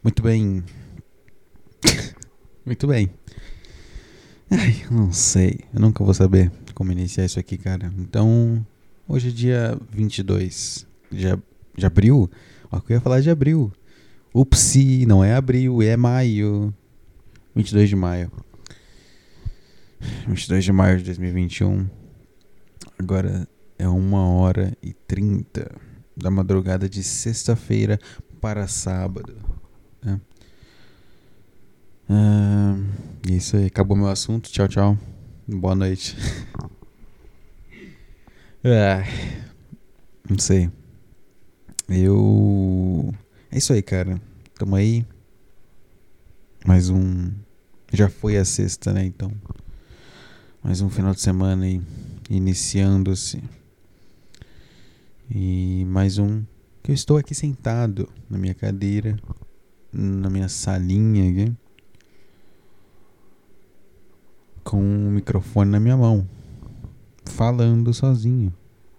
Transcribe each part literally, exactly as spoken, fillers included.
Muito bem. Muito bem. Ai, eu não sei. Eu nunca vou saber como iniciar isso aqui, cara. Então, hoje é dia vinte e dois de, ab- de abril. Ó, eu ia falar de abril. Upsi, não é abril, é maio. vinte e dois de maio. vinte e dois de maio de dois mil e vinte e um. Agora é uma hora e trinta da madrugada de sexta-feira para sábado. Né? Ah, isso aí, acabou meu assunto. Tchau, tchau. Boa noite. Ah, não sei. Eu. É isso aí, cara. Tamo aí. Mais um. Já foi a sexta, né? Então. Mais um final de semana aí. Iniciando-se. E mais um. Que eu estou aqui sentado na minha cadeira. Na minha salinha aqui. Com o microfone na minha mão. Falando sozinho.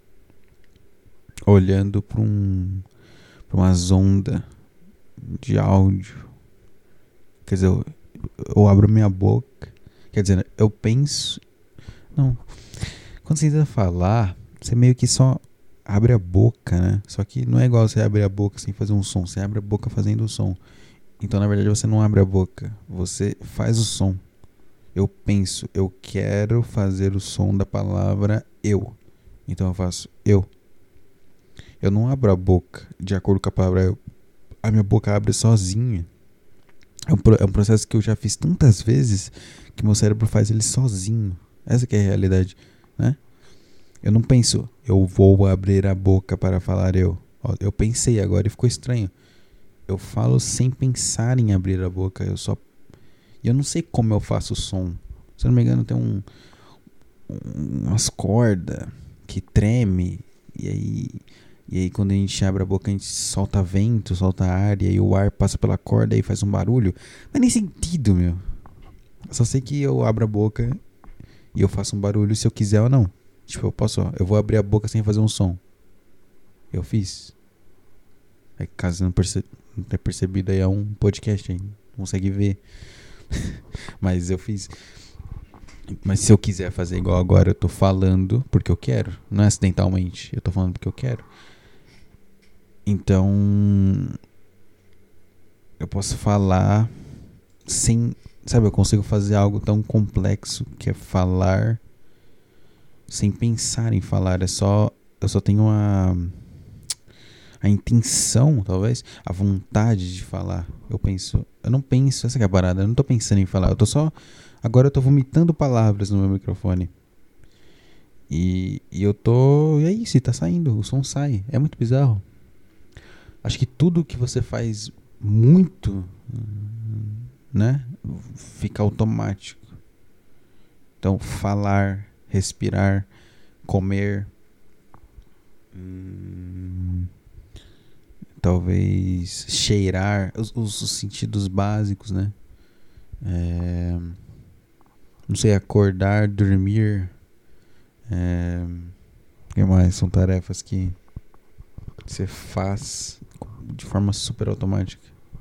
Olhando para um. Para umas ondas de áudio. Quer dizer, eu, eu abro minha boca. Quer dizer, eu penso. Não. Quando você tenta falar, você meio que só abre a boca, né? Só que não é igual você abrir a boca sem fazer um som. Você abre a boca fazendo o som. Então, na verdade, você não abre a boca. Você faz o som. Eu penso, eu quero fazer o som da palavra eu. Então eu faço eu. Eu não abro a boca de acordo com a palavra eu. A minha boca abre sozinha. É um, pro- é um processo que eu já fiz tantas vezes que meu cérebro faz ele sozinho. Essa que é a realidade, né? Eu não penso, eu vou abrir a boca para falar eu. Ó, eu pensei agora e ficou estranho. Eu falo sem pensar em abrir a boca. Eu só... E eu não sei como eu faço o som. Se eu não me engano, tem um, um- umas cordas que treme. E aí, e aí quando a gente abre a boca, a gente solta vento, solta ar. E aí o ar passa pela corda e faz um barulho. Mas nem sentido, meu. Eu só sei que eu abro a boca e eu faço um barulho se eu quiser ou não. Tipo, eu posso, ó, eu vou abrir a boca sem fazer um som. Eu fiz. É, caso não, perce, não tenha percebido, aí é um podcast aí. Não consegue ver. Mas eu fiz. Mas se eu quiser fazer igual agora, eu tô falando porque eu quero. Não é acidentalmente. Eu tô falando porque eu quero. Então, eu posso falar sem... Sabe, eu consigo fazer algo tão complexo que é falar sem pensar em falar. É só... Eu só tenho a... A intenção, talvez. A vontade de falar. Eu penso... Eu não penso... Essa que é a parada. Eu não tô pensando em falar. Eu tô só... Agora eu tô vomitando palavras no meu microfone. E, e eu tô... E é isso, e tá saindo. O som sai. É muito bizarro. Acho que tudo que você faz muito, né, fica automático. Então, falar, respirar, comer, hum, talvez cheirar, os, os- os sentidos básicos, né? É, não sei, acordar, dormir. É, o que mais? São tarefas que você faz de forma super automática.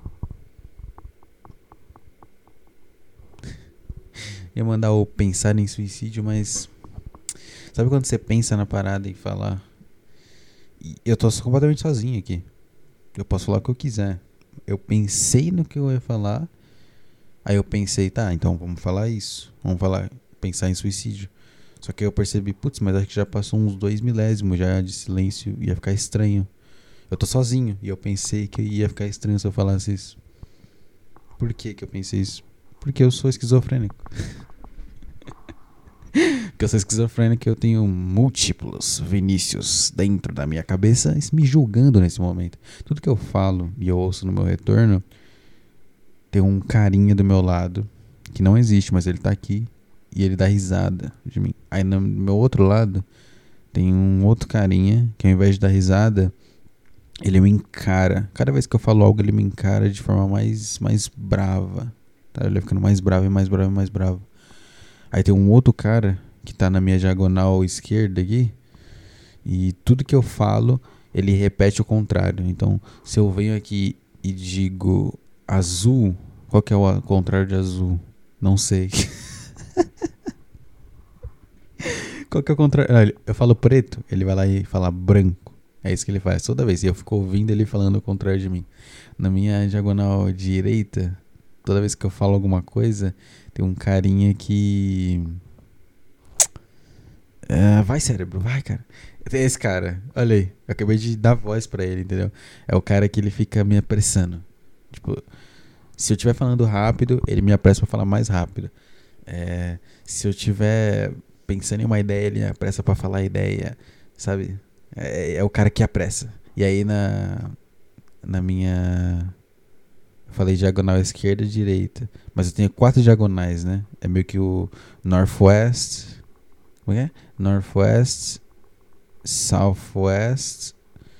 Ia mandar o pensar em suicídio, mas... Sabe quando você pensa na parada e fala... E eu tô completamente sozinho aqui. Eu posso falar o que eu quiser. Eu pensei no que eu ia falar. Aí eu pensei, tá, então vamos falar isso. Vamos falar, pensar em suicídio. Só que aí eu percebi, putz, mas acho que já passou uns dois milésimos já de silêncio. Ia ficar estranho. Eu tô sozinho. E eu pensei que ia ficar estranho se eu falasse isso. Por que que eu pensei isso? Porque eu sou esquizofrênico. Porque eu sou esquizofrênico e eu tenho múltiplos Vinícius dentro da minha cabeça me julgando nesse momento. Tudo que eu falo e eu ouço no meu retorno tem um carinha do meu lado que não existe, mas ele tá aqui e ele dá risada de mim. Aí no meu outro lado tem um outro carinha que ao invés de dar risada, ele me encara. Cada vez que eu falo algo, ele me encara de forma mais, mais brava. Tá? Ele vai ficando mais bravo e mais bravo e mais bravo. Aí tem um outro cara que tá na minha diagonal esquerda aqui. E tudo que eu falo, ele repete o contrário. Então, se eu venho aqui e digo... Azul? Qual que é o a- contrário de azul? Não sei. Qual que é o contrário? Ah, ele- eu falo preto, ele vai lá e fala branco. É isso que ele faz toda vez. E eu fico ouvindo ele falando o contrário de mim. Na minha diagonal direita, toda vez que eu falo alguma coisa, tem um carinha que. É, vai, cérebro, vai, cara. Tem esse cara, olha aí. Eu acabei de dar voz pra ele, entendeu? É o cara que ele fica me apressando. Tipo, se eu estiver falando rápido, ele me apressa pra falar mais rápido. É, se eu estiver pensando em uma ideia, ele me apressa pra falar a ideia, sabe? É, é o cara que apressa. E aí na, na minha. Eu falei diagonal esquerda e direita. Mas eu tenho quatro diagonais, né? É meio que o Northwest. Como é? Northwest, Southwest,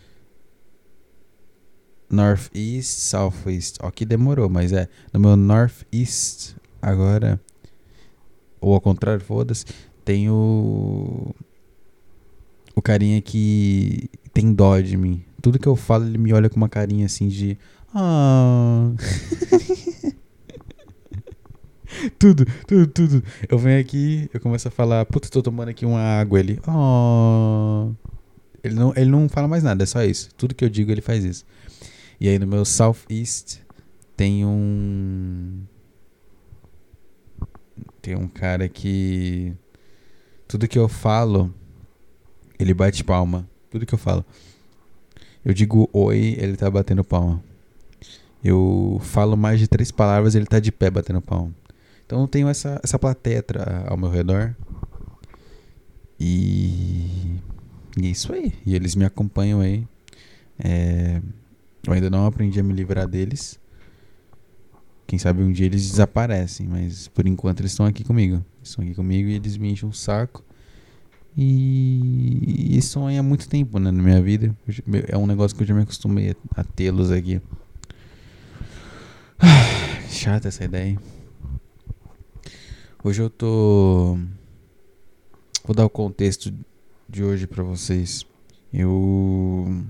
Northeast, Southeast. Ó, que demorou, mas é. No meu Northeast, agora. Ou ao contrário, foda-se. Tem o. O carinha que tem dó de mim. Tudo que eu falo, ele me olha com uma carinha assim de. Ah. tudo, tudo, tudo. Eu venho aqui, eu começo a falar, puta, tô tomando aqui uma água. Ele. Ah. Ele não, ele não fala mais nada, é só isso. Tudo que eu digo, ele faz isso. E aí no meu Southeast tem um. Tem um cara que. Tudo que eu falo, ele bate palma. Tudo que eu falo. Eu digo oi, ele tá batendo palma. Eu falo mais de três palavras, ele tá de pé batendo palma. Então eu tenho essa, essa plateia ao meu redor. E. E é isso aí. E eles me acompanham aí. É, eu ainda não aprendi a me livrar deles. Quem sabe um dia eles desaparecem, mas por enquanto eles estão aqui comigo. Eles estão aqui comigo e eles me enchem um saco. E isso aí há muito tempo, né, na minha vida. É um negócio que eu já me acostumei a, a tê-los aqui. Chata essa ideia, hein? Hoje eu tô. Vou dar o contexto de hoje pra vocês. Eu.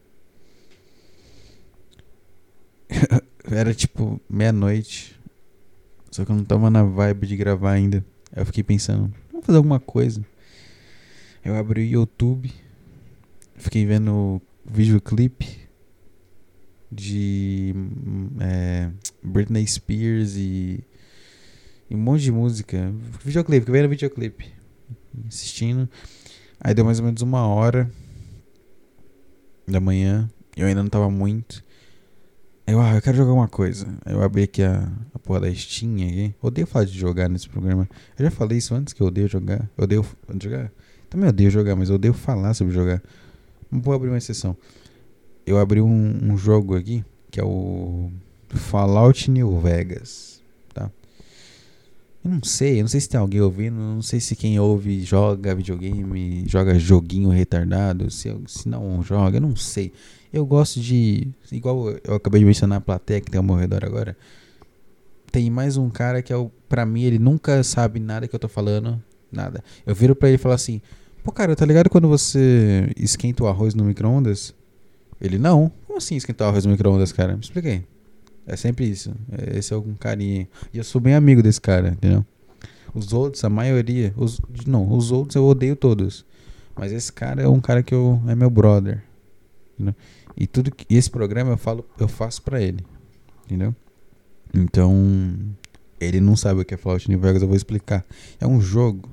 Era tipo meia-noite. Só que eu não tava na vibe de gravar ainda. Aí eu fiquei pensando, vamos fazer alguma coisa. Eu abri o YouTube. Fiquei vendo videoclipe de é, Britney Spears e, e um monte de música. Videoclipe, fiquei vendo videoclipe. Assistindo. Aí deu mais ou menos uma hora da manhã. Eu ainda não tava muito. Aí eu, ah, eu quero jogar uma coisa. Aí eu abri aqui a, a porra da Steam aqui. Odeio falar de jogar nesse programa. Eu já falei isso antes, que eu odeio jogar. Eu odeio jogar. Também odeio jogar, mas eu odeio falar sobre jogar. Vou abrir uma exceção. Eu abri um, um jogo aqui, que é o Fallout New Vegas, tá? Eu não sei, eu não sei se tem alguém ouvindo, não sei se quem ouve joga videogame, joga joguinho retardado, se, se não joga, eu não sei. Eu gosto de, igual eu acabei de mencionar a plateia que tem ao meu redor agora, tem mais um cara que é o, pra mim, ele nunca sabe nada que eu tô falando, nada. Eu viro pra ele e falo assim, pô cara, tá ligado quando você esquenta o arroz no micro-ondas? Ele, não. Como assim esquentar o arroz no micro-ondas, cara? Me expliquei. É sempre isso. Esse é algum carinha. E eu sou bem amigo desse cara, entendeu? Os outros, a maioria... Os, não, os outros eu odeio todos. Mas esse cara é um cara que eu, é meu brother. Entendeu? E tudo que, e esse programa eu, falo, eu faço pra ele. Entendeu? Então... Ele não sabe o que é Fallout New Vegas, eu vou explicar. É um jogo...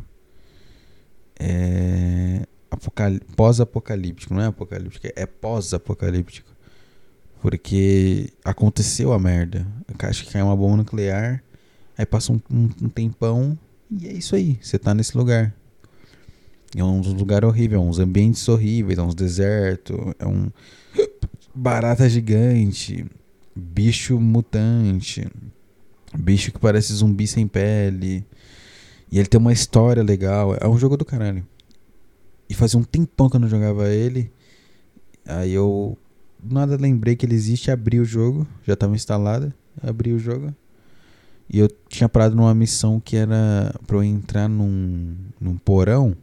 É... Apocal... Pós-apocalíptico. Não é apocalíptico, é pós-apocalíptico. Porque aconteceu a merda. Acho que caiu uma bomba nuclear. Aí passa um, um, um tempão. E é isso aí. Você tá nesse lugar. É um lugar horrível. É uns ambientes horríveis. É uns desertos. É um barata gigante. Bicho mutante. Bicho que parece zumbi sem pele. E ele tem uma história legal. É um jogo do caralho. E fazia um tempão que eu não jogava ele. Aí eu nada lembrei que ele existe, abri o jogo, já estava instalado, abri o jogo e eu tinha parado numa missão que era pra eu entrar num, num porão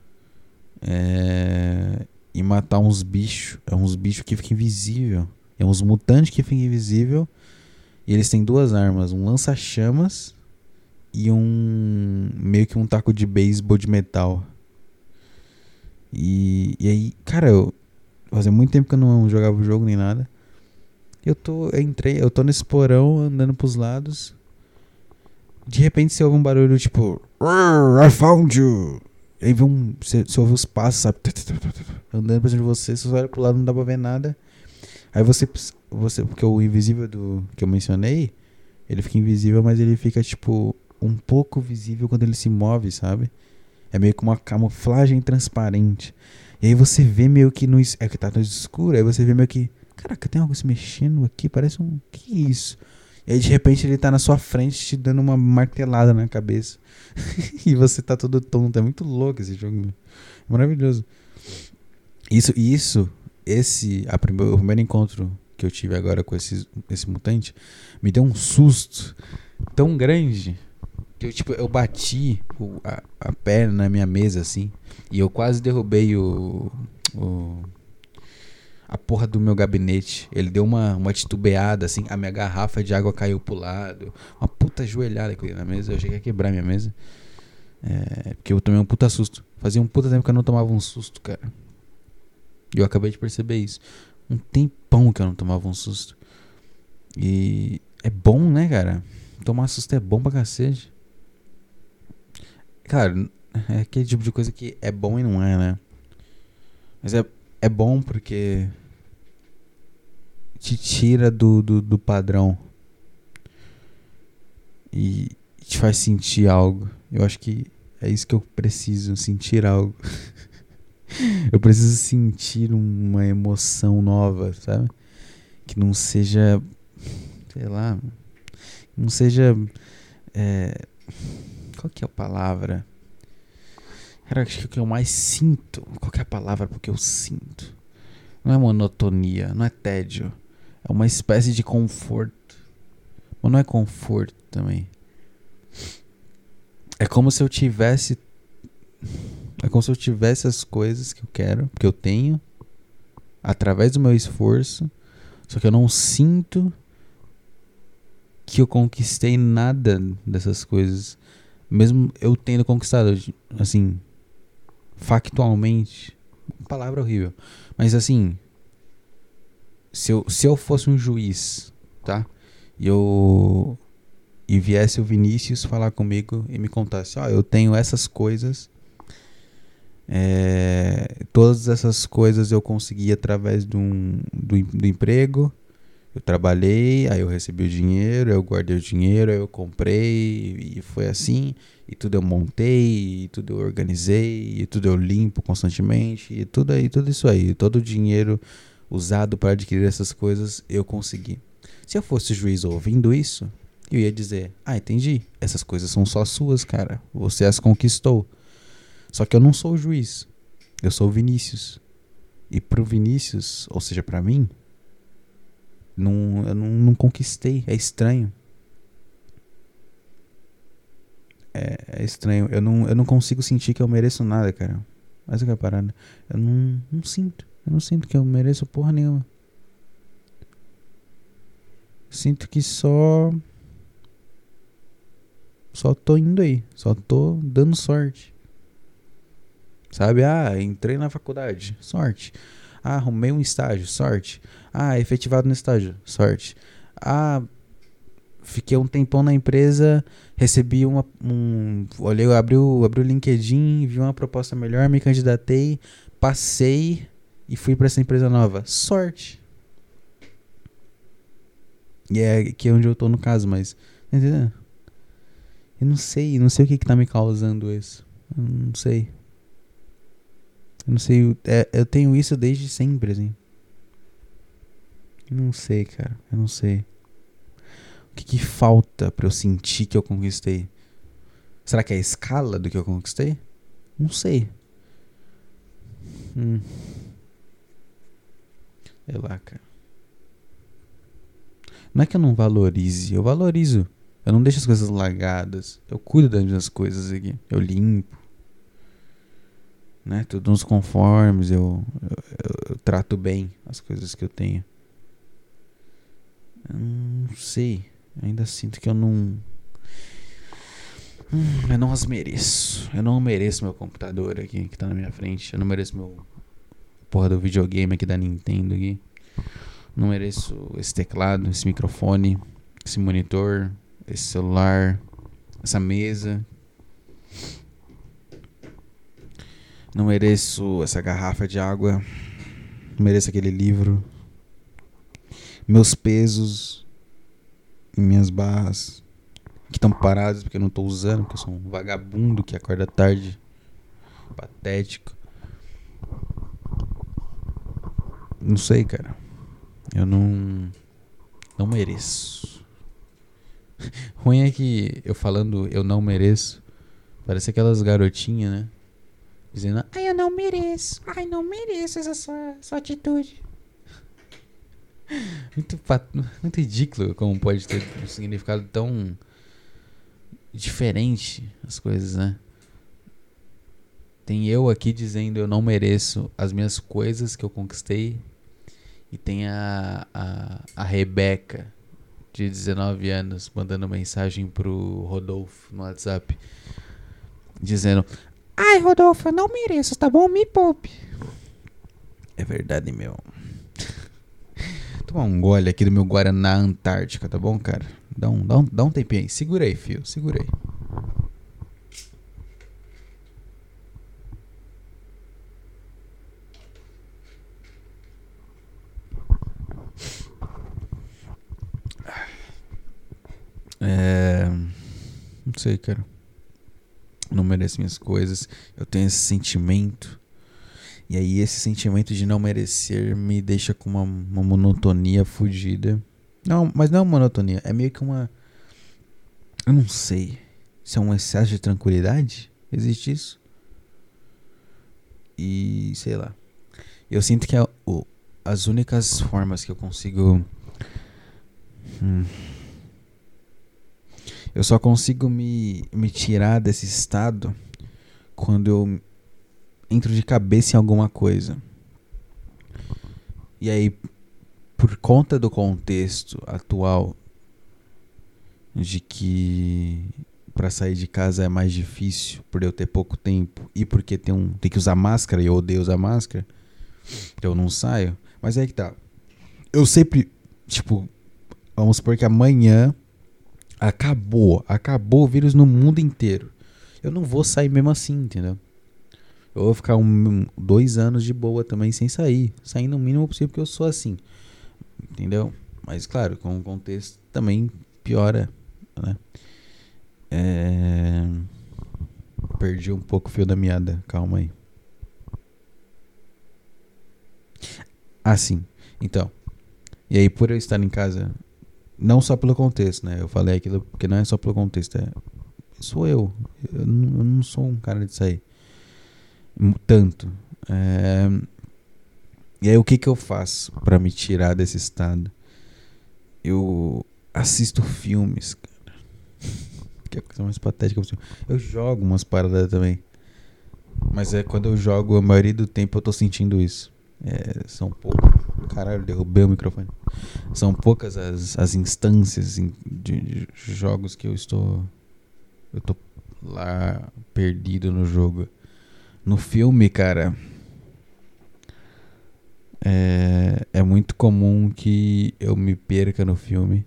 é, e matar uns bichos, é uns bichos que ficam invisível, é uns mutantes que ficam invisível E eles têm duas armas, um lança-chamas e um meio que um taco de beisebol de metal. E, e aí, cara, eu fazia muito tempo que eu não jogava o jogo nem nada. Eu tô, eu entrei, eu tô nesse porão andando pros lados. De repente você ouve um barulho tipo, I found you. E aí vem um, você, você ouve os passos, sabe? Andando pra cima de você, você olha pro lado, não dá pra ver nada. Aí você, você, porque o invisível do que eu mencionei, ele fica invisível, mas ele fica tipo um pouco visível quando ele se move, sabe? É meio que uma camuflagem transparente. E aí você vê meio que no, é que tá no escuro, aí você vê meio que, caraca, tem algo se mexendo aqui, parece um, que é isso? E aí de repente ele tá na sua frente te dando uma martelada na cabeça. E você tá todo tonto, é muito louco esse jogo, meu. É maravilhoso. Isso, isso, esse, a primeiro, o primeiro encontro que eu tive agora com esse, esse mutante, me deu um susto tão grande que eu, tipo, eu bati o, a, a perna na minha mesa, assim, e eu quase derrubei o, o a porra do meu gabinete. Ele deu uma, uma titubeada, assim, a minha garrafa de água caiu pro lado, uma puta joelhada que eu dei na mesa, eu achei que ia quebrar minha mesa, é, porque eu tomei um puta susto. Fazia um puta tempo que eu não tomava um susto, cara. E eu acabei de perceber isso. Um tempão que eu não tomava um susto. E é bom, né, cara? Tomar susto é bom pra cacete. Cara, é aquele tipo de coisa que é bom e não é, né? Mas é, é bom porque te tira do, do, do padrão. E te faz sentir algo. Eu acho que é isso que eu preciso, sentir algo. Eu preciso sentir uma emoção nova, sabe? Que não seja, sei lá, não seja, é, qual que é a palavra? Cara, acho que o que eu mais sinto, qual que é a palavra porque eu sinto? Não é monotonia, não é tédio, é uma espécie de conforto, mas não é conforto também. É como se eu tivesse, é como se eu tivesse as coisas que eu quero, que eu tenho, através do meu esforço, só que eu não sinto que eu conquistei nada dessas coisas, mesmo eu tendo conquistado, assim, factualmente, palavra horrível, mas assim, se eu, se eu fosse um juiz, tá, e eu e viesse o Vinícius falar comigo e me contasse, ó, oh, eu tenho essas coisas, é, todas essas coisas eu consegui através de um, do, do emprego. Eu trabalhei, aí eu recebi o dinheiro, eu guardei o dinheiro, aí eu comprei, e foi assim, e tudo eu montei, e tudo eu organizei, e tudo eu limpo constantemente, e tudo aí, tudo isso aí, todo o dinheiro usado para adquirir essas coisas eu consegui. Se eu fosse juiz ouvindo isso, eu ia dizer, ah, entendi, essas coisas são só suas, cara, você as conquistou. Só que eu não sou o juiz, eu sou o Vinícius. E pro Vinícius, ou seja, pra mim, Não, eu não, não conquistei, é estranho. É, é estranho, eu não, eu não consigo sentir que eu mereço nada, cara. Mas é que é a parada. Eu não, não sinto, eu não sinto que eu mereço porra nenhuma. Sinto que só. Só tô indo aí, só tô dando sorte. Sabe, ah, entrei na faculdade, sorte. Ah, arrumei um estágio, sorte. Ah, efetivado no estágio, sorte. Ah, fiquei um tempão na empresa, recebi uma, um, olhei, abri o, abri o LinkedIn, vi uma proposta melhor, me candidatei, passei e fui para essa empresa nova. Sorte. E é aqui onde eu tô no caso, mas, entendeu? Eu não sei, não sei o que que tá me causando isso. Eu não sei. Eu não sei, é, eu tenho isso desde sempre, assim. Não sei, cara, eu não sei. O que que falta pra eu sentir que eu conquistei? Será que é a escala do que eu conquistei? Não sei. Hum. Sei lá, cara. Não é que eu não valorize, eu valorizo. Eu não deixo as coisas largadas. Eu cuido das minhas coisas aqui. Eu limpo. Né? Tudo nos conformes. Eu, eu, eu, eu trato bem as coisas que eu tenho. Eu não sei. Ainda sinto que eu não... Hum, eu não as mereço. Eu não mereço meu computador aqui, que tá na minha frente. Eu não mereço meu... porra do videogame aqui da Nintendo aqui. Não mereço esse teclado, esse microfone, esse monitor, esse celular, essa mesa. Não mereço essa garrafa de água. Não mereço aquele livro. Meus pesos e minhas barras que estão paradas porque eu não tô usando, porque eu sou um vagabundo que acorda tarde. Patético. Não sei, cara. Eu não... Não mereço. Ruim é que eu falando eu não mereço, parece aquelas garotinhas, né? Dizendo, ai, eu não mereço. Ai, não mereço essa sua, sua atitude. Muito, pat... muito ridículo como pode ter um significado tão diferente as coisas, né? Tem eu aqui dizendo eu não mereço as minhas coisas que eu conquistei. E tem a, a, a Rebeca, de dezenove anos, mandando mensagem pro Rodolfo no WhatsApp, dizendo, ai, Rodolfo, eu não mereço, tá bom? Me poupe. É verdade, meu. Tomar um gole aqui do meu Guaraná Antártica, tá bom, cara? Dá um, dá um, dá um tempinho aí. Segura aí, fio. Segura aí. É... Não sei, cara. Não mereço minhas coisas. Eu tenho esse sentimento. E aí esse sentimento de não merecer me deixa com uma, uma monotonia fodida. Não, mas não é uma monotonia. É meio que uma... Eu não sei. Se é um excesso de tranquilidade? Existe isso? E sei lá. Eu sinto que é o, as únicas formas que eu consigo... Hum, eu só consigo me, me tirar desse estado quando eu entro de cabeça em alguma coisa. E aí, por conta do contexto atual de que pra sair de casa é mais difícil por eu ter pouco tempo e porque tem, um, tem que usar máscara e eu odeio usar máscara, então eu não saio. Mas é que tá. Eu sempre, tipo, vamos supor que amanhã acabou, acabou o vírus no mundo inteiro. Eu não vou sair mesmo assim, entendeu? Eu vou ficar um, dois anos de boa também sem sair. Saindo o mínimo possível porque eu sou assim. Entendeu? Mas claro, com o contexto também piora, né? É... Perdi um pouco o fio da meada. Calma aí. Ah, sim. Então. E aí, por eu estar em casa, não só pelo contexto, né? Eu falei aquilo porque não é só pelo contexto. É... Sou eu. Eu não, eu não sou um cara de sair tanto. É... E aí, o que que eu faço pra me tirar desse estado? Eu assisto filmes, cara. Que é a coisa mais patética possível. Eu jogo umas paradas também. Mas é quando eu jogo, a maioria do tempo eu tô sentindo isso. É, são poucos. Caralho, derrubei o microfone. São poucas as, as instâncias de, de jogos que eu estou. Eu tô lá perdido no jogo. No filme, cara. É, é muito comum que eu me perca no filme.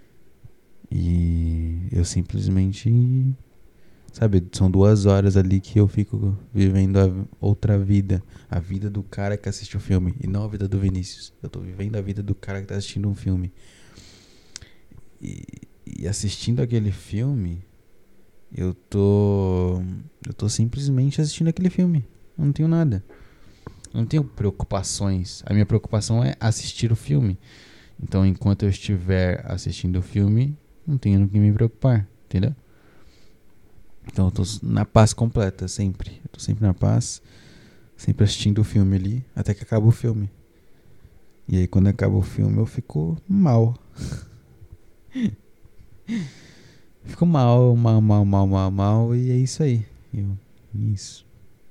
E eu simplesmente... Sabe, são duas horas ali que eu fico vivendo a outra vida. A vida do cara que assiste o filme. E não a vida do Vinícius. Eu tô vivendo a vida do cara que tá assistindo um filme. E, e assistindo aquele filme, eu tô... Eu tô simplesmente assistindo aquele filme. Eu não tenho nada. Eu não tenho preocupações. A minha preocupação é assistir o filme. Então, enquanto eu estiver assistindo o filme, não tenho no que me preocupar, entendeu? Então eu tô na paz completa, sempre. Eu tô sempre na paz, sempre assistindo o filme ali, até que acaba o filme. E aí quando acaba o filme eu fico mal. Fico mal, mal, mal, mal, mal, mal, e é isso aí. Eu, isso.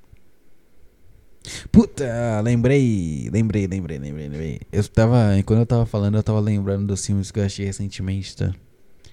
Puta, lembrei, lembrei, lembrei, lembrei, lembrei. Eu tava, quando eu tava falando, eu tava lembrando dos filmes que eu achei recentemente, tá?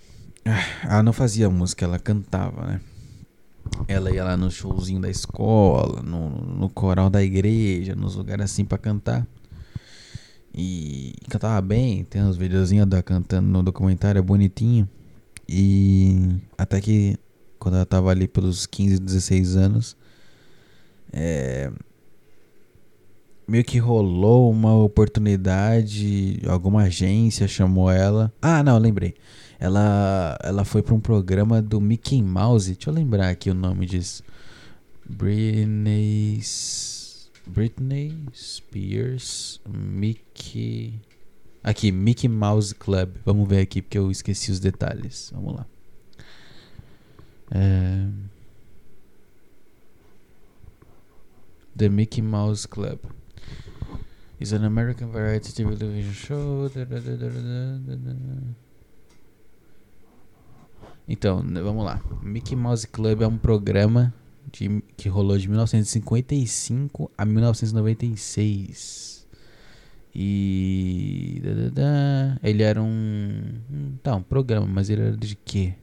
Ela não fazia música, ela cantava, né? Ela ia lá no showzinho da escola, no, no coral da igreja, nos lugares assim pra cantar. E cantava bem, tem uns videozinhos dela cantando no documentário, é bonitinho. E até que quando ela tava ali pelos quinze, dezesseis anos, é, meio que rolou uma oportunidade, alguma agência chamou ela. Ah, não, lembrei. Ela, ela foi pra um programa do Mickey Mouse. Deixa eu lembrar aqui o nome disso. Britney, Britney Spears, Mickey... Aqui, Mickey Mouse Club. Vamos ver aqui, porque eu esqueci os detalhes. Vamos lá. É... The Mickey Mouse Club is an American variety television show. Então, vamos lá. Mickey Mouse Club é um programa de, que rolou de mil novecentos e cinquenta e cinco a mil novecentos e noventa e seis. E... ele era um... Tá, um programa, mas ele era de quê?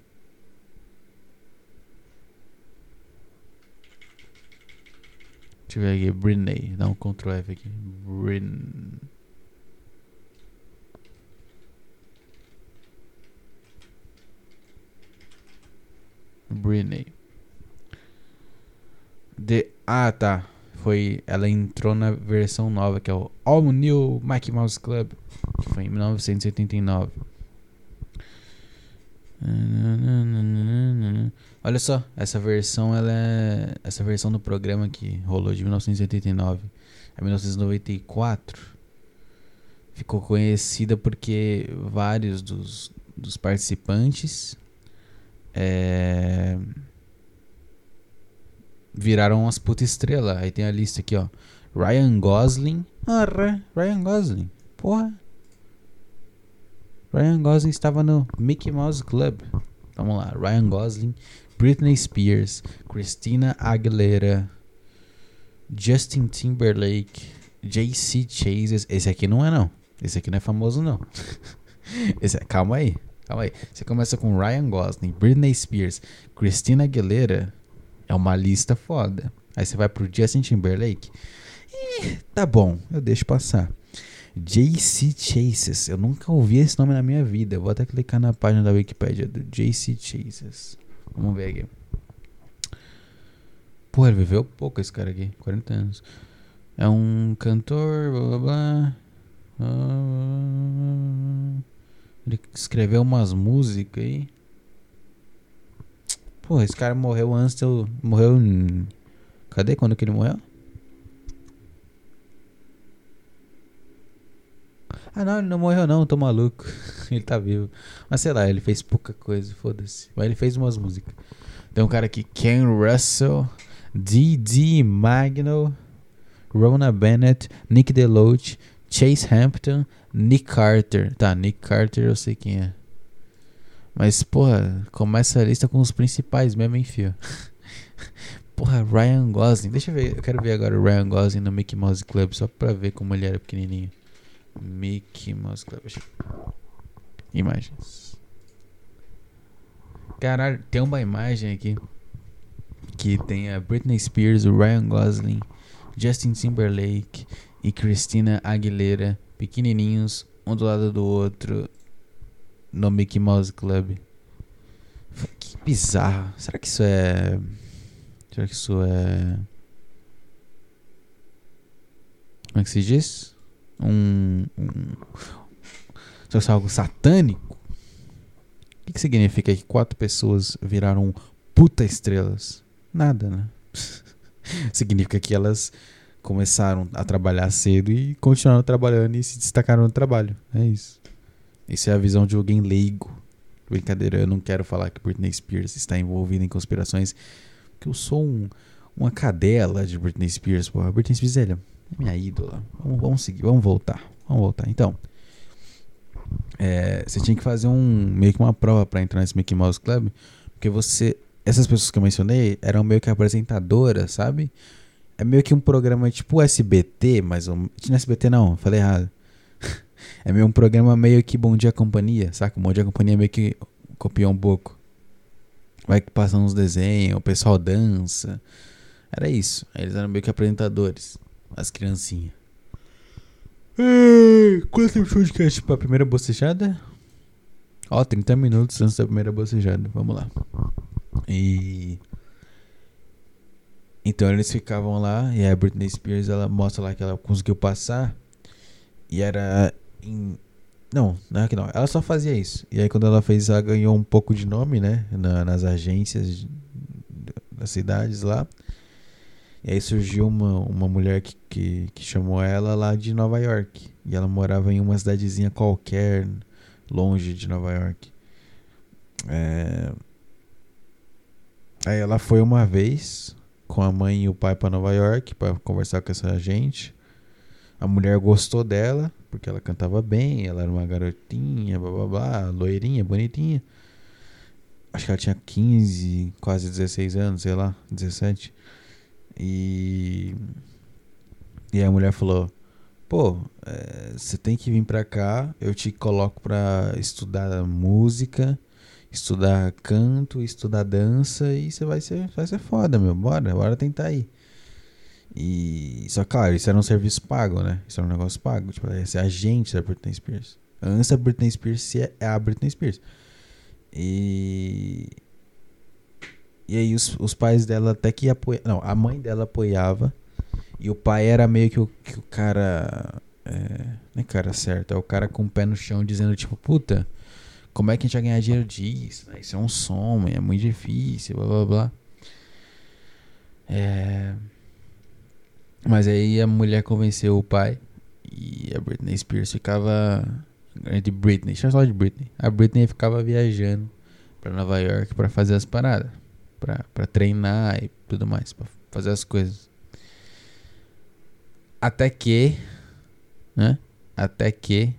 Deixa eu ver aqui, Britney. Dá um Ctrl F aqui. Brin... Britney. De... Ah, tá. Foi... Ela entrou na versão nova, que é o All New Mickey Mouse Club, que foi em mil novecentos e oitenta e nove. Olha só, essa versão ela é... Essa versão do programa que rolou de mil novecentos e oitenta e nove a mil novecentos e noventa e quatro ficou conhecida porque vários dos, dos participantes é, viraram umas puta estrela. Aí tem a lista aqui, ó. Ryan Gosling. Ah, Ryan Gosling. Porra. Ryan Gosling estava no Mickey Mouse Club. Vamos lá. Ryan Gosling, Britney Spears, Christina Aguilera, Justin Timberlake, J C Chase. Esse aqui não é não. Esse aqui não é famoso não. Esse é, calma aí. Calma aí. Você começa com Ryan Gosling, Britney Spears, Christina Aguilera. É uma lista foda. Aí você vai pro Justin Timberlake. Ih, tá bom, eu deixo passar. J C Chases. Eu nunca ouvi esse nome na minha vida. Eu vou até clicar na página da Wikipedia do J C Chases. Vamos ver aqui. Pô, ele viveu pouco esse cara aqui. quarenta anos. É um cantor, blá blá blá. Ele escreveu umas músicas aí. Pô, esse cara morreu antes de eu... Morreu em... Cadê quando que ele morreu? Ah não, ele não morreu não, tô maluco. Ele tá vivo. Mas sei lá, ele fez pouca coisa, foda-se. Mas ele fez umas músicas. Tem um cara aqui, Ken Russell, D D Magno, Rona Bennett, Nick DeLoach, Chase Hampton, Nick Carter. Tá, Nick Carter eu sei quem é. Mas, porra, começa a lista com os principais mesmo, hein, fio. Porra, Ryan Gosling. Deixa eu ver, eu quero ver agora o Ryan Gosling no Mickey Mouse Club, só pra ver como ele era pequenininho. Mickey Mouse Club. Imagens. Caralho, tem uma imagem aqui que tem a Britney Spears, o Ryan Gosling, Justin Timberlake e Christina Aguilera, pequenininhos, um do lado do outro, no Mickey Mouse Club. Que bizarro. Será que isso é... Será que isso é... Como é que se diz? Um... um... Será que isso é algo satânico? O que, que significa que quatro pessoas viraram puta estrelas? Nada, né? Significa que elas começaram a trabalhar cedo e continuaram trabalhando e se destacaram no trabalho. É isso. Isso é a visão de alguém leigo. Brincadeira, eu não quero falar que Britney Spears está envolvida em conspirações, porque eu sou um, uma cadela de Britney Spears. Porra. Britney Spears é minha ídola. Vamos, vamos seguir, vamos voltar. Vamos voltar. Então, é, você tinha que fazer um meio que uma prova para entrar nesse Mickey Mouse Club, porque você, essas pessoas que eu mencionei eram meio que apresentadoras, sabe? É meio que um programa tipo S B T, mas um, tinha S B T não, falei errado. É meio um programa meio que Bom Dia Companhia, saca? Bom Dia Companhia é meio que copiou um pouco. Vai que passam uns desenhos, o pessoal dança. Era isso. Aí eles eram meio que apresentadores. As criancinhas. Quanto tempo de podcast pra primeira bocejada? Ó, trinta minutos antes da primeira bocejada. Vamos lá. E... Então eles ficavam lá. E a Britney Spears, ela mostra lá que ela conseguiu passar. E era... Em... Não, não é que não. Ela só fazia isso. E aí quando ela fez, ela ganhou um pouco de nome, né? Na, nas agências das cidades lá. E aí surgiu uma, uma mulher que, que, que chamou ela lá de Nova York. E ela morava em uma cidadezinha qualquer, longe de Nova York. É... Aí ela foi uma vez com a mãe e o pai pra Nova York pra conversar com essa gente. A mulher gostou dela, porque ela cantava bem, ela era uma garotinha, blá blá blá, loirinha, bonitinha. Acho que ela tinha quinze, quase dezesseis anos, sei lá, dezessete. E, e a mulher falou: pô, você é, tem que vir pra cá, eu te coloco pra estudar música, estudar canto, estudar dança e você vai ser, vai ser foda, meu, bora, bora tentar aí. E só claro, isso era um serviço pago, né? Isso era um negócio pago, tipo, ia ser agente da Britney Spears. Antes da Britney Spears é a Britney Spears. E E aí os, os pais dela até que apoiavam. Não, a mãe dela apoiava. E o pai era meio que o, que o cara... É, não é cara certo, é o cara com o pé no chão dizendo tipo, puta, como é que a gente vai ganhar dinheiro disso? Isso é um som, é muito difícil, blá blá blá. É... Mas aí a mulher convenceu o pai. E a Britney Spears ficava... De Britney, deixa eu falar de Britney. A Britney ficava viajando pra Nova York pra fazer as paradas. Pra, pra treinar e tudo mais, pra fazer as coisas. Até que, né? Até que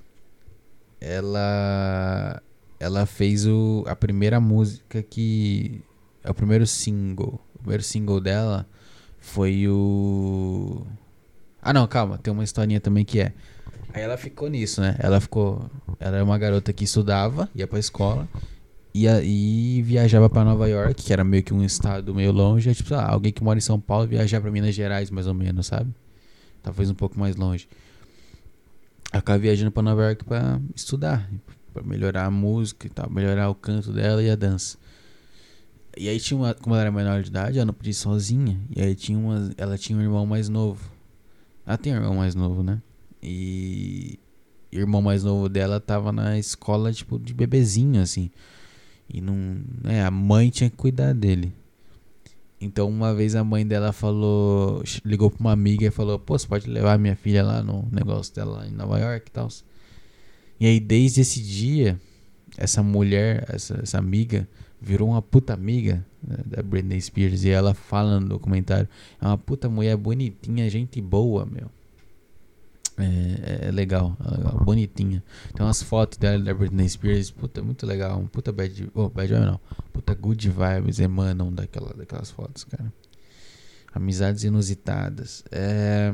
ela ela fez o, a primeira música que... É o primeiro single. O primeiro single dela foi o... Ah não, calma, tem uma historinha também que é... Aí ela ficou nisso, né? Ela ficou... Ela era uma garota que estudava, ia pra escola... Ia, e viajava pra Nova York, que era meio que um estado meio longe. É tipo, sei lá, alguém que mora em São Paulo viajar pra Minas Gerais, mais ou menos, sabe? Talvez um pouco mais longe. Acaba viajando pra Nova York pra estudar, pra melhorar a música e tal, melhorar o canto dela e a dança. E aí tinha uma, como ela era menor de idade, ela não podia ir sozinha. E aí tinha uma, ela tinha um irmão mais novo. Ela tem um irmão mais novo, né? E o irmão mais novo dela tava na escola, tipo, de bebezinho, assim. E não, né, a mãe tinha que cuidar dele. Então uma vez a mãe dela falou, ligou pra uma amiga e falou: pô, você pode levar minha filha lá no negócio dela lá em Nova York e tal. E aí desde esse dia, essa mulher, essa, essa amiga, virou uma puta amiga, né, da Britney Spears. E ela fala no documentário: é uma puta mulher bonitinha, gente boa, meu. É, é legal, é legal, bonitinha. Tem umas fotos dela da Britney Spears, puta, muito legal. Um puta bad, oh, bad vibe não, puta good vibes emanam daquela, daquelas fotos, cara. Amizades inusitadas. É...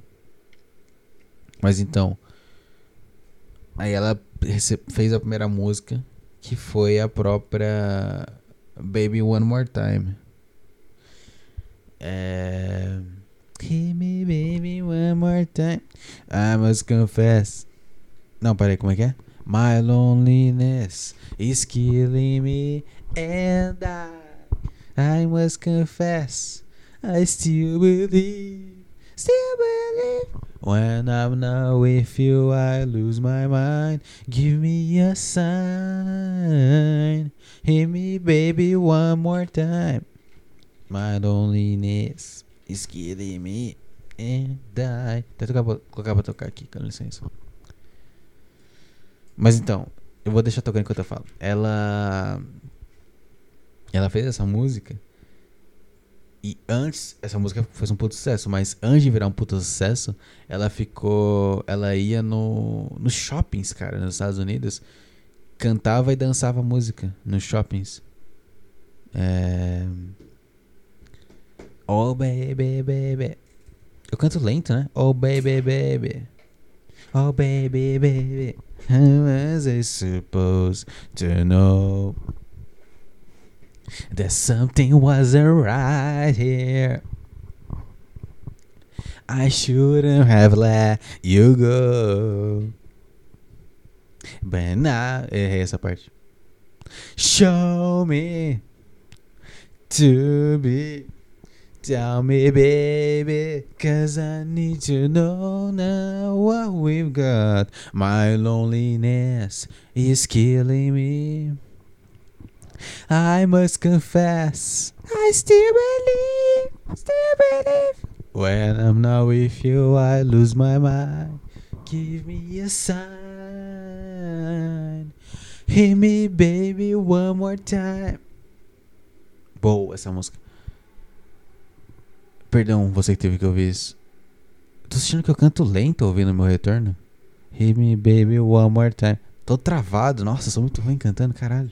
Mas então, aí ela rece- fez a primeira música, que foi a própria Baby One More Time. É... Hit me baby one more time, I must confess. Não, peraí, como é que é? My loneliness is killing me, and I, I must confess, I still believe, still believe. When I'm not with you, I lose my mind. Give me a sign. Hit me baby one more time. My loneliness is killing me, and I... Até colocar pra tocar aqui, com licença. Mas então, eu vou deixar tocando enquanto eu falo. Ela... Ela fez essa música. E antes, essa música fez um puto sucesso. Mas antes de virar um puto sucesso, ela ficou... Ela ia no, nos shoppings, cara, nos Estados Unidos. Cantava e dançava música nos shoppings. É... Oh baby, baby. Eu canto lento, né? Oh baby, baby. Oh baby, baby. How was I supposed to know that something wasn't right here? I shouldn't have let you go. But now, errei essa parte. Show me to be. Tell me, baby, cause I need to know now what we've got. My loneliness is killing me. I must confess, I still believe, still believe. When I'm not with you, I lose my mind. Give me a sign. Hit me, baby, one more time. Boa essa música. Perdão, você que teve que ouvir isso. Tô sentindo que eu canto lento ouvindo meu retorno. Hit me, baby, one more time. Tô travado. Nossa, sou muito ruim cantando, caralho.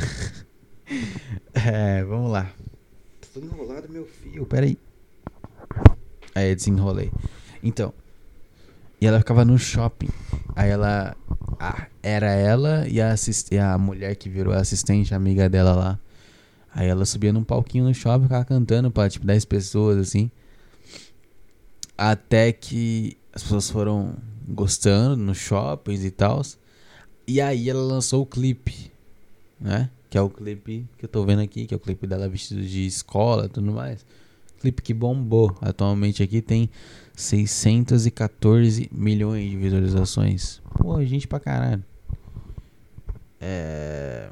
É, vamos lá. Tô todo enrolado meu fio, peraí. Aí, desenrolei. Então, e ela ficava no shopping. Aí ela... Ah, era ela e a, assist, a mulher que virou assistente, amiga dela lá. Aí ela subia num palquinho no shopping e ficava cantando pra tipo dez pessoas, assim. Até que as pessoas foram gostando nos shoppings e tal. E aí ela lançou o clipe, né? Que é o clipe que eu tô vendo aqui, que é o clipe dela vestida de escola e tudo mais. Clipe que bombou. Atualmente aqui tem seiscentos e quatorze milhões de visualizações. Pô, gente pra caralho. É...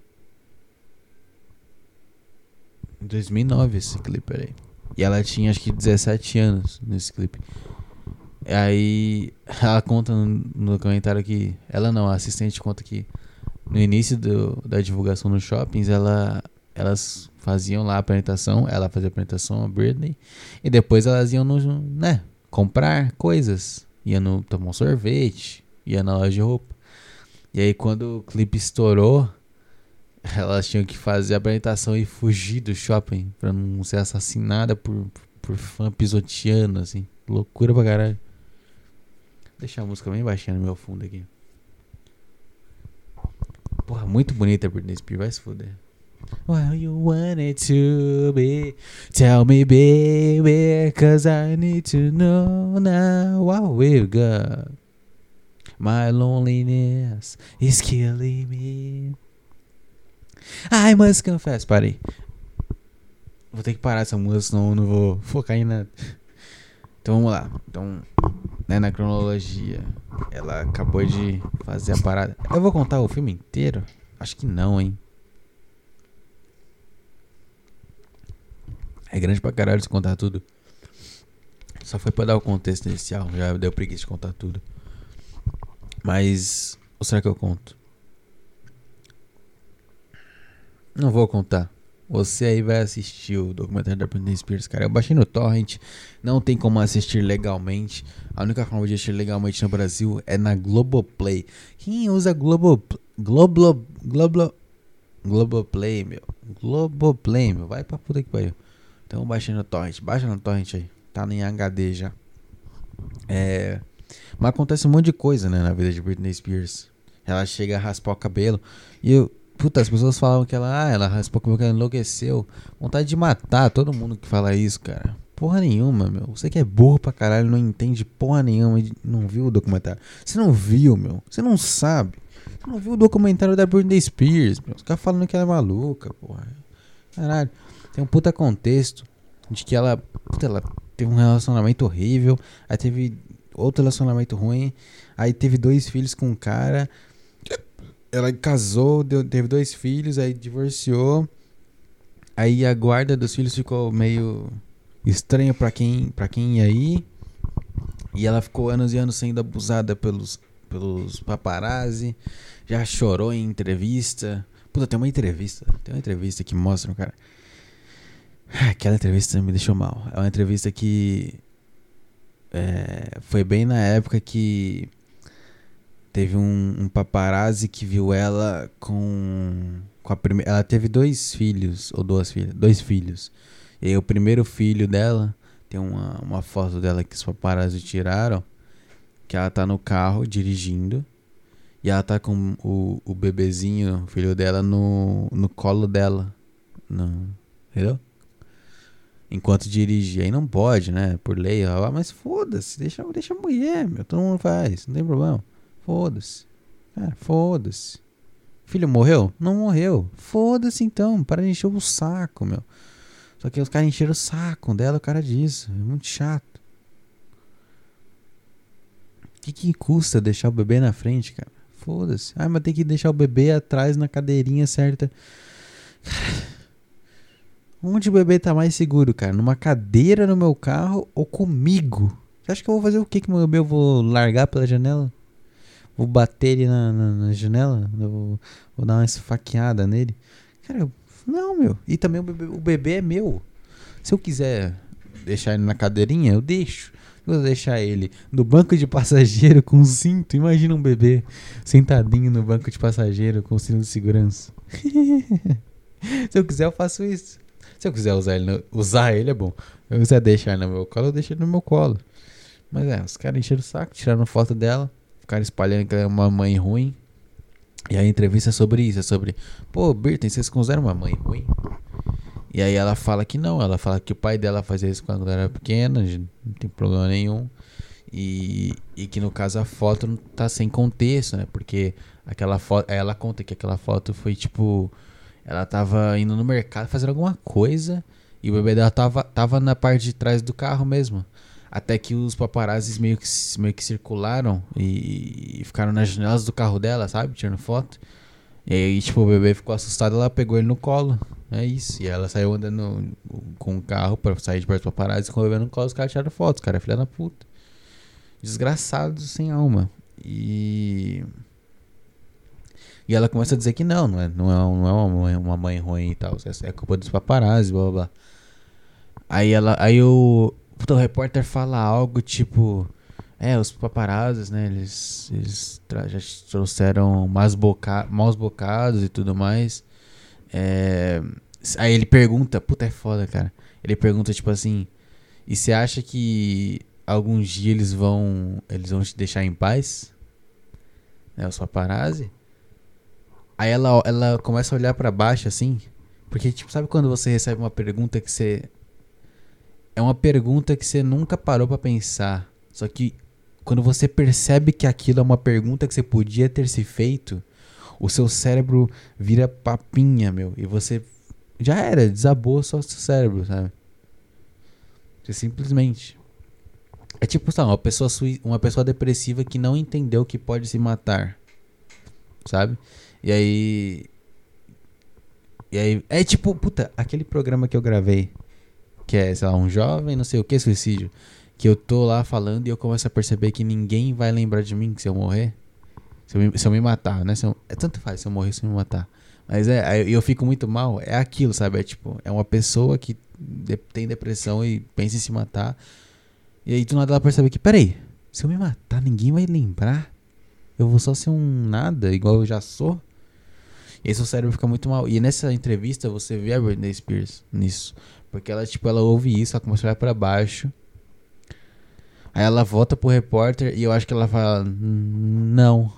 Em dois mil e nove esse clipe aí. E ela tinha acho que dezessete anos nesse clipe. Aí ela conta no, no documentário que... Ela não, a assistente conta que no início do, da divulgação nos shoppings, ela, elas faziam lá a apresentação. Ela fazia a apresentação, a Britney. E depois elas iam no, né, comprar coisas. Ia no tomar um sorvete. Ia na loja de roupa. E aí quando o clipe estourou, elas tinham que fazer a apresentação e fugir do shopping pra não ser assassinada por, por fã pisoteando, assim. Loucura pra caralho. Deixa a música bem baixinha no meu fundo aqui. Porra, muito bonita a Britney Spears, vai se foder. Well, you want it to be. Tell me, baby, cause I need to know now what we've got. My loneliness is killing me. I must confess. Parei. Vou ter que parar essa música, senão eu não vou focar em nada. Então vamos lá. Então, né, na cronologia, ela acabou de fazer a parada. Eu vou contar o filme inteiro? Acho que não, hein. É grande pra caralho se contar tudo. Só foi pra dar o contexto inicial. Já deu preguiça de contar tudo. Mas... Ou será que eu conto? Não vou contar. Você aí vai assistir o documentário da Britney Spears, cara. Eu baixei no Torrent. Não tem como assistir legalmente. A única forma de assistir legalmente no Brasil é na Globoplay. Quem usa Globo... Globo... Globo... Globoplay, meu. Globoplay, meu. Vai pra puta que pariu. Então eu baixei no Torrent. Baixa no Torrent aí. Tá em H D já. É... Mas acontece um monte de coisa, né, na vida de Britney Spears. Ela chega a raspar o cabelo. E eu... Puta, as pessoas falavam que ela, ah, ela raspou o cabelo, que ela enlouqueceu. Vontade de matar todo mundo que fala isso, cara. Porra nenhuma, meu. Você que é burro pra caralho, não entende porra nenhuma, não viu o documentário. Você não viu, meu. Você não sabe. Você não viu o documentário da Britney Spears, meu. Os caras falando que ela é maluca, porra. Caralho. Tem um puta contexto de que ela, puta, ela teve um relacionamento horrível, aí teve outro relacionamento ruim, aí teve dois filhos com um cara... Ela casou, deu, teve dois filhos, aí divorciou. Aí a guarda dos filhos ficou meio estranha pra quem, pra quem ia ir. E ela ficou anos e anos sendo abusada pelos, pelos paparazzi. Já chorou em entrevista. Puta, tem uma entrevista. Tem uma entrevista que mostra, cara. Aquela entrevista me deixou mal. É uma entrevista que... É, foi bem na época que... Teve um, um paparazzi que viu ela com, com a primeira... Ela teve dois filhos, ou duas filhas, dois filhos. E aí o primeiro filho dela, tem uma, uma foto dela que os paparazzi tiraram, que ela tá no carro dirigindo. E ela tá com o, o bebezinho, o filho dela, no, no colo dela. No, entendeu? Enquanto dirige. Aí não pode, né? Por lei. Ah, mas foda-se. Deixa, deixa a mulher, meu. Todo mundo faz. Não tem problema. Foda-se. Cara, foda-se. Filho morreu? Não morreu. Foda-se então. Para de encher o saco, meu. Só que os caras encheram o saco dela, o cara disso. É muito chato. O que, que custa deixar o bebê na frente, cara? Foda-se. Ah, mas tem que deixar o bebê atrás na cadeirinha certa. Onde o bebê tá mais seguro, cara? Numa cadeira no meu carro ou comigo? Você acha que eu vou fazer o que com meu bebê? Eu vou largar pela janela? Vou bater ele na, na, na janela? Eu vou, vou dar uma esfaqueada nele? Cara, eu, não, meu. E também o bebê, o bebê é meu. Se eu quiser deixar ele na cadeirinha, eu deixo. Vou deixar ele no banco de passageiro com cinto. Imagina um bebê sentadinho no banco de passageiro com cinto de segurança. Se eu quiser, eu faço isso. Se eu quiser usar ele, no, usar ele é bom. Se eu quiser deixar ele no meu colo, eu deixo ele no meu colo. Mas é, os caras encheram o saco, tiraram foto dela, ficaram espalhando que ela é uma mãe ruim. E a entrevista é sobre isso, é sobre... Pô, Birten, vocês consideram uma mãe ruim? E aí ela fala que não, ela fala que o pai dela fazia isso quando ela era pequena, não tem problema nenhum. E, e que no caso a foto não tá sem contexto, né? Porque aquela foto, ela conta que aquela foto foi tipo... Ela tava indo no mercado fazendo alguma coisa e o bebê dela tava, tava na parte de trás do carro mesmo. Até que os paparazzis meio que, meio que circularam e, e ficaram nas janelas do carro dela, sabe? Tirando foto. E aí, tipo, o bebê ficou assustado, ela pegou ele no colo. É isso. E ela saiu andando com o carro pra sair de perto do paparazzi com o bebê no colo. Os caras tiraram foto. Os caras é filha da puta. Desgraçados sem alma. E... E ela começa a dizer que não, não é, não é, não é uma, mãe, uma mãe ruim e tal. É culpa dos paparazzi, blá blá blá. Aí ela. Aí o. Puta, o repórter fala algo tipo. É, os paparazzis, né? Eles, eles tra- já trouxeram maus, boca, maus bocados e tudo mais. É, aí ele pergunta. Puta, é foda, cara. Ele pergunta tipo assim. E você acha que algum dia eles vão. Eles vão te deixar em paz? Né, os paparazzi? Aí ela, ela começa a olhar pra baixo assim. Porque, tipo, sabe quando você recebe uma pergunta que você... É uma pergunta que você nunca parou pra pensar. Só que quando você percebe que aquilo é uma pergunta que você podia ter se feito, o seu cérebro vira papinha, meu. E você... Já era, desabou só o seu cérebro, sabe? Você simplesmente... É tipo, sabe, uma pessoa, sui... uma pessoa depressiva que não entendeu que pode se matar. Sabe? E aí... E aí... É tipo, puta, aquele programa que eu gravei, que é, sei lá, um jovem, não sei o que, suicídio, que eu tô lá falando e eu começo a perceber que ninguém vai lembrar de mim se eu morrer. Se eu me, se eu me matar, né? Se eu, é tanto faz se eu morrer, se eu me matar. Mas é, aí eu fico muito mal, é aquilo, sabe? É tipo, é uma pessoa que de, tem depressão e pensa em se matar. E aí do nada ela percebe que, peraí, se eu me matar, ninguém vai lembrar. Eu vou só ser um nada, igual eu já sou. E aí seu cérebro fica muito mal. E nessa entrevista você vê a Britney Spears nisso. Porque ela, tipo, ela ouve isso, ela começa a olhar pra baixo. Aí ela volta pro repórter e eu acho que ela fala, não.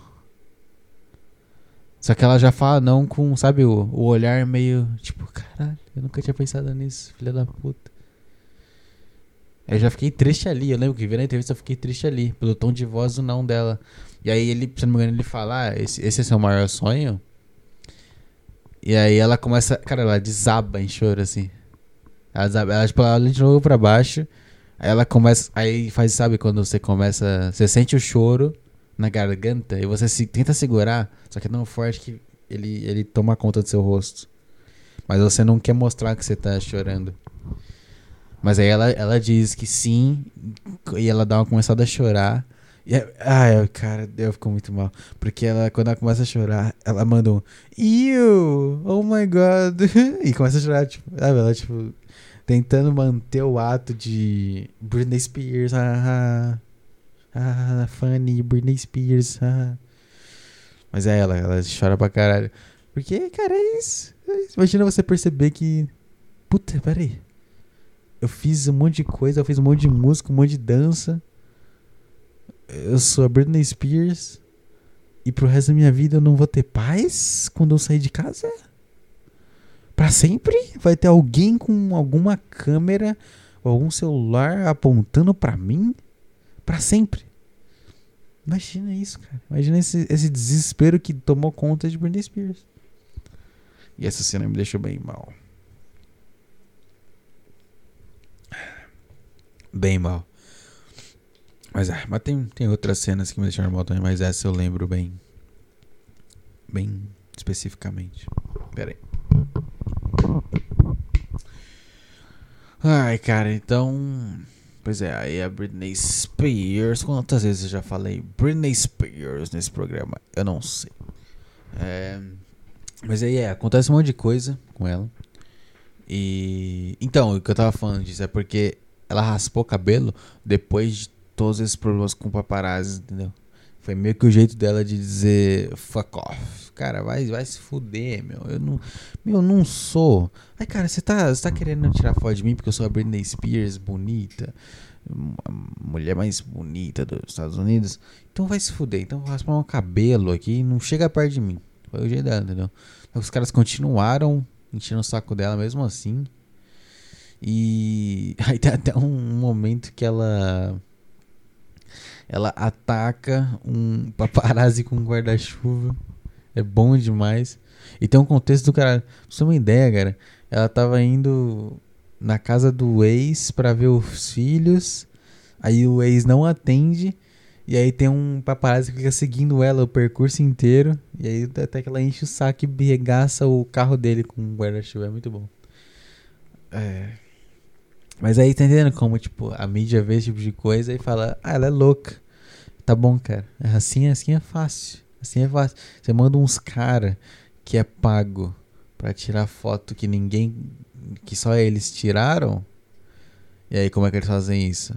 Só que ela já fala não com, sabe, o, o olhar meio, tipo, caralho, eu nunca tinha pensado nisso, filha da puta. Eu já fiquei triste ali, eu lembro que vi na entrevista, eu fiquei triste ali, pelo tom de voz do não dela. E aí ele, se não me engano, ele fala, ah, esse, esse é seu maior sonho? E aí ela começa, cara, ela desaba em choro, assim. Ela desaba, ela, tipo, ela olha de novo pra baixo, aí ela começa, aí faz, sabe, quando você começa, você sente o choro na garganta e você se, tenta segurar, só que é tão forte que ele, ele toma conta do seu rosto. Mas você não quer mostrar que você tá chorando. Mas aí ela, ela diz que sim, e ela dá uma começada a chorar. E, ai, cara, eu fico muito mal. Porque ela, quando ela começa a chorar, ela manda um Ew, oh my god. E começa a chorar, tipo, sabe, ela, tipo, tentando manter o ato de Britney Spears, ah, ah, funny, Britney Spears, ah. Mas é ela, ela chora pra caralho. Porque, cara, é isso. É isso. Imagina você perceber que, puta, peraí. Eu fiz um monte de coisa, eu fiz um monte de música, um monte de dança. Eu sou a Britney Spears. E pro resto da minha vida eu não vou ter paz quando eu sair de casa? Pra sempre? Vai ter alguém com alguma câmera ou algum celular apontando pra mim? Pra sempre. Imagina isso, cara. Imagina esse, esse desespero que tomou conta de Britney Spears. E essa cena me deixou bem mal. Bem mal. Mas, ah, mas tem, tem outras cenas que me deixaram mal também, mas essa eu lembro bem. Bem especificamente. Pera aí. Ai, cara, então... Pois é, aí a Britney Spears... Quantas vezes eu já falei Britney Spears nesse programa? Eu não sei. É... Mas aí é, acontece um monte de coisa com ela. E... Então, o que eu tava falando disso é porque ela raspou o cabelo depois de todos esses problemas com paparazzi, entendeu? Foi meio que o jeito dela de dizer fuck off. Cara, vai, vai se fuder, meu. Eu não, meu, eu não sou. Ai, cara, você tá, você tá querendo tirar foto de mim porque eu sou a Britney Spears bonita, a mulher mais bonita dos Estados Unidos? Então vai se fuder. Então vou raspar meu cabelo aqui e não chega perto de mim. Foi o jeito dela, entendeu? Os caras continuaram enchendo o saco dela mesmo assim. E aí tem até um momento que ela... Ela ataca um paparazzi com um guarda-chuva. É bom demais. E tem um contexto do cara. Pra você ter uma ideia, cara. Ela tava indo na casa do ex pra ver os filhos. Aí o ex não atende. E aí tem um paparazzi que fica seguindo ela o percurso inteiro. E aí até que ela enche o saco e regaça o carro dele com um guarda-chuva. É muito bom. É... Mas aí tá entendendo como, tipo, a mídia vê esse tipo de coisa e fala, ah, ela é louca. Tá bom, cara. Assim, assim é fácil. Assim é fácil. Você manda uns cara que é pago pra tirar foto que ninguém, que só eles tiraram. E aí como é que eles fazem isso?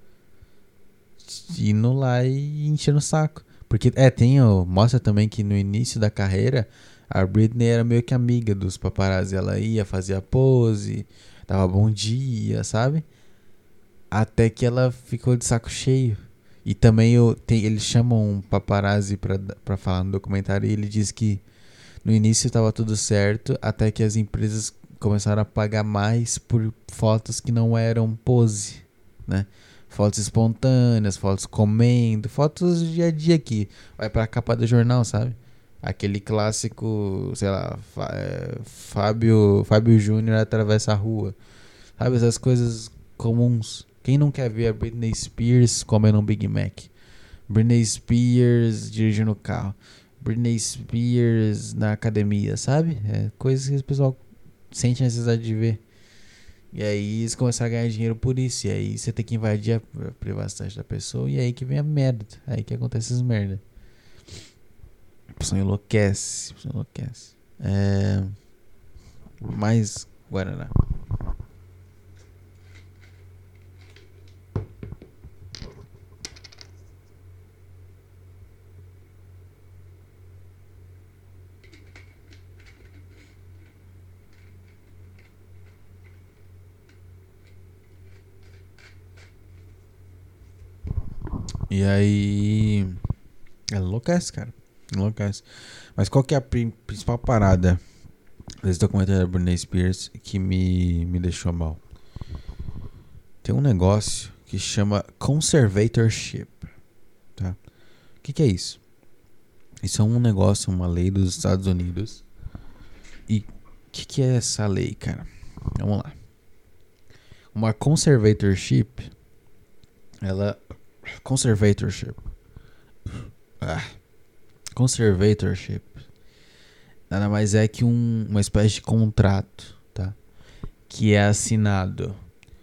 Indo lá e enchendo o saco. Porque, é, tem, ó, mostra também que no início da carreira, a Britney era meio que amiga dos paparazzi. Ela ia, fazia pose... Dava bom dia, sabe? Até que ela ficou de saco cheio. E também eu, tem, eles chamam um paparazzi pra, pra falar no documentário. E ele diz que no início tava tudo certo. Até que as empresas começaram a pagar mais por fotos que não eram pose, né? Fotos espontâneas, fotos comendo, fotos do dia a dia que vai pra capa do jornal, sabe? Aquele clássico, sei lá, Fábio, Fábio Júnior atravessa a rua. Sabe, essas coisas comuns. Quem não quer ver a Britney Spears comendo um Big Mac? Britney Spears dirigindo o carro. Britney Spears na academia, sabe? É coisas que o pessoal sente a necessidade de ver. E aí eles começam a ganhar dinheiro por isso. E aí você tem que invadir a privacidade da pessoa. E aí que vem a merda. Aí que acontece essas merda. A pessoa enlouquece, a pessoa enlouquece. É... Mais Guaraná. E aí... Ela enlouquece, cara. Enlouquece. Mas qual que é a principal parada desse documentário da Britney Spears que me, me deixou mal? Tem um negócio que chama conservatorship, tá? O que que é isso? Isso é um negócio, uma lei dos Estados Unidos. E o que que é essa lei, cara? Vamos lá. Uma conservatorship, ela... Conservatorship. Ah... Conservatorship nada mais é que um, uma espécie de contrato, tá? Que é assinado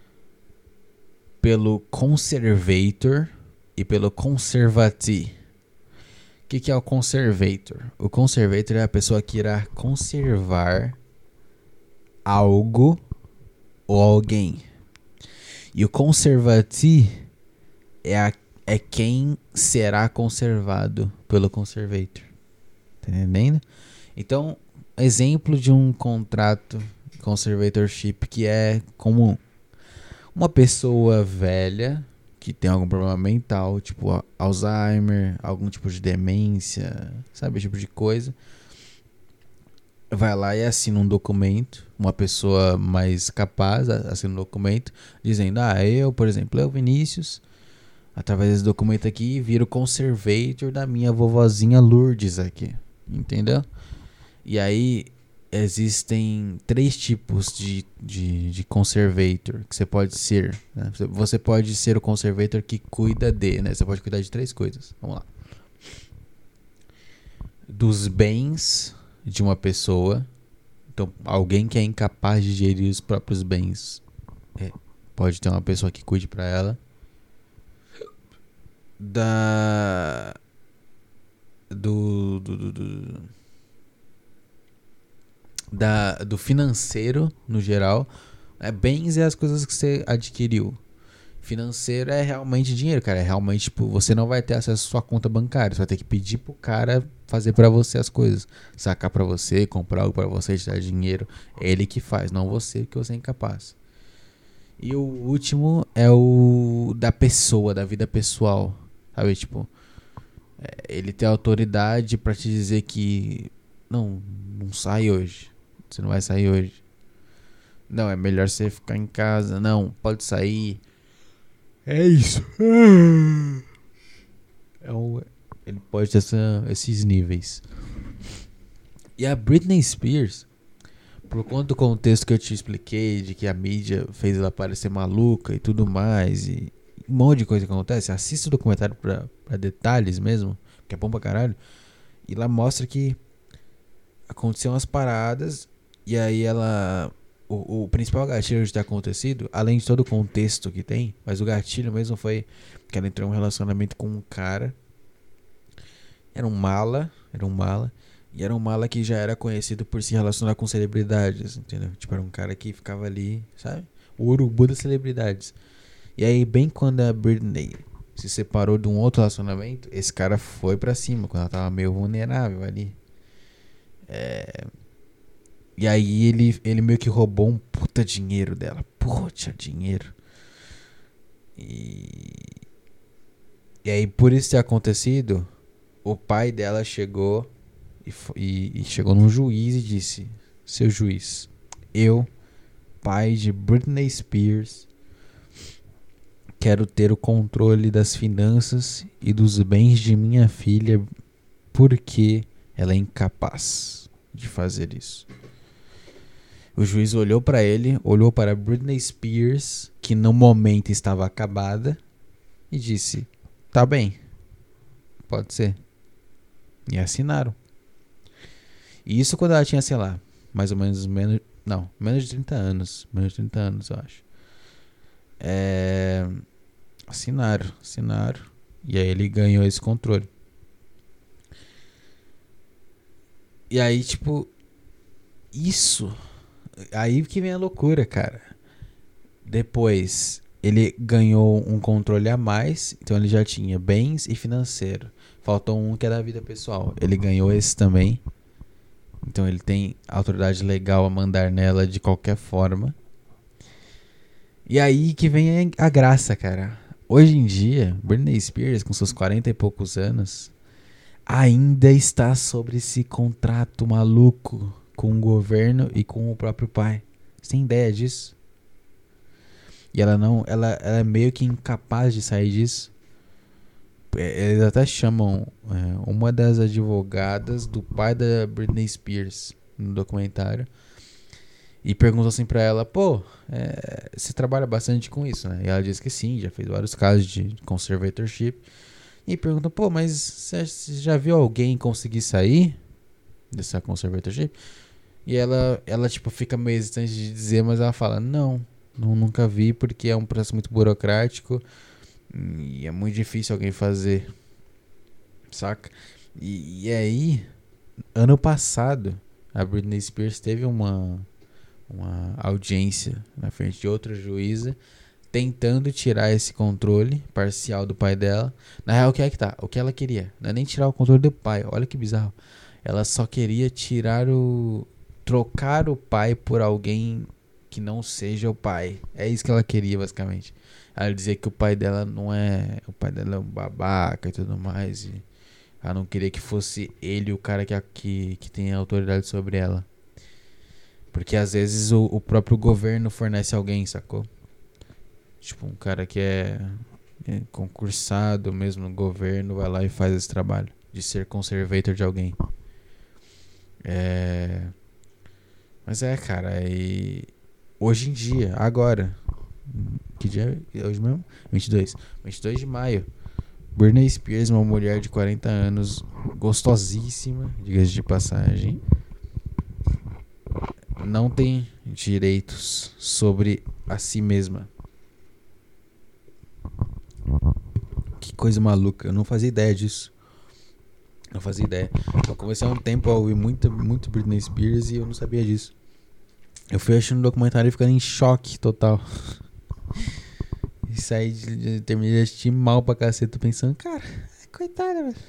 pelo conservator e pelo conservatee. O que, que é o conservator? O conservator é a pessoa que irá conservar algo ou alguém. E o conservatee é a é quem será conservado pelo conservator. Tá entendendo? Então, exemplo de um contrato conservatorship que é comum. Uma pessoa velha que tem algum problema mental, tipo a- Alzheimer, algum tipo de demência, sabe, esse tipo de coisa. Vai lá e assina um documento, uma pessoa mais capaz a- assina um documento, dizendo, ah, eu, por exemplo, eu, Vinícius, através desse documento aqui, viro conservator da minha vovozinha Lourdes aqui, entendeu? E aí existem três tipos de, de, de conservator que você pode ser, né? Você- Você pode ser o conservator que cuida de, né? Você pode cuidar de três coisas. Vamos lá. Dos bens de uma pessoa. Então, alguém que é incapaz de gerir os próprios bens, é, pode ter uma pessoa que cuide pra ela. Da do, do, do, do da, do financeiro no geral, é bens e as coisas que você adquiriu. Financeiro é realmente dinheiro, cara. É realmente, tipo, você não vai ter acesso à sua conta bancária. Você vai ter que pedir pro cara fazer pra você as coisas. Sacar pra você, comprar algo pra você, te dar dinheiro. É ele que faz, não você, porque você é incapaz. E o último é o da pessoa, da vida pessoal. Sabe, tipo, é, ele tem autoridade pra te dizer que não, não sai hoje. Você não vai sair hoje. Não, é melhor você ficar em casa. Não, pode sair. É isso. É o, ele pode ter essa, esses níveis. E a Britney Spears, por conta do contexto que eu te expliquei, de que a mídia fez ela parecer maluca e tudo mais, e um monte de coisa que acontece, assista o documentário pra, pra detalhes mesmo, que é bom pra caralho. E lá mostra que aconteceram umas paradas, e aí ela... O, o principal gatilho de ter acontecido, além de todo o contexto que tem, mas o gatilho mesmo foi que ela entrou em um relacionamento com um cara. Era um mala, era um mala. E era um mala que já era conhecido por se relacionar com celebridades, entendeu? Tipo, era um cara que ficava ali, sabe? O urubu das celebridades. E aí, bem quando a Britney se separou de um outro relacionamento, esse cara foi pra cima, quando ela tava meio vulnerável ali. É... E aí ele, ele meio que roubou um puta dinheiro dela. Puta dinheiro. E... E aí, por isso ter acontecido, o pai dela chegou e, e, e chegou num juiz e disse: seu juiz, eu, pai de Britney Spears, quero ter o controle das finanças e dos bens de minha filha porque ela é incapaz de fazer isso. O juiz olhou para ele, olhou para Britney Spears, que no momento estava acabada, e disse: tá bem, pode ser. E assinaram. E isso quando ela tinha, sei lá, mais ou menos, menos, não, menos de trinta anos. Menos de trinta anos, eu acho. É, assinaram, assinaram. E aí ele ganhou esse controle. E aí, tipo, isso... Aí que vem a loucura, cara. Depois, ele ganhou um controle a mais. Então ele já tinha bens e financeiro. Faltou um que é da vida pessoal. Ele ganhou esse também. Então ele tem autoridade legal a mandar nela de qualquer forma. E aí que vem a graça, cara. Hoje em dia, Britney Spears, com seus quarenta e poucos anos, ainda está sobre esse contrato maluco com o governo e com o próprio pai. Você tem ideia disso? E ela não, ela, ela é meio que incapaz de sair disso. Eles até chamam é, uma das advogadas do pai da Britney Spears no documentário e perguntam assim pra ela: pô, é, você trabalha bastante com isso, né? E ela diz que sim, já fez vários casos de conservatorship. E perguntam: pô, mas você já viu alguém conseguir sair dessa conservatorship? E ela, ela tipo, fica meio hesitante de dizer, mas ela fala: não, não, nunca vi, porque é um processo muito burocrático e é muito difícil alguém fazer, saca? E, e aí, ano passado, a Britney Spears teve uma, uma audiência na frente de outra juíza tentando tirar esse controle parcial do pai dela. Na real, o que é que tá? O que ela queria? Não é nem tirar o controle do pai, olha que bizarro. Ela só queria tirar o... trocar o pai por alguém que não seja o pai. É isso que ela queria, basicamente. Ela dizia que o pai dela não é... O pai dela é um babaca e tudo mais. E ela não queria que fosse ele o cara que, que, que tem autoridade sobre ela. Porque às vezes o, o próprio governo fornece alguém, sacou? Tipo, um cara que é, é concursado mesmo no governo vai lá e faz esse trabalho de ser conservator de alguém. É... Mas é, cara, e hoje em dia, agora, que dia é hoje mesmo? vinte e dois. vinte e dois de maio. Britney Spears, uma mulher de quarenta anos, gostosíssima, diga-se de passagem, não tem direitos sobre a si mesma. Que coisa maluca, eu não fazia ideia disso. Não fazia ideia. Eu comecei há um tempo a ouvir muito, muito Britney Spears e eu não sabia disso. Eu fui achando o documentário e ficando em choque total. E saí de, de, terminei de assistir mal pra cacete. Tô pensando, cara, coitada, velho.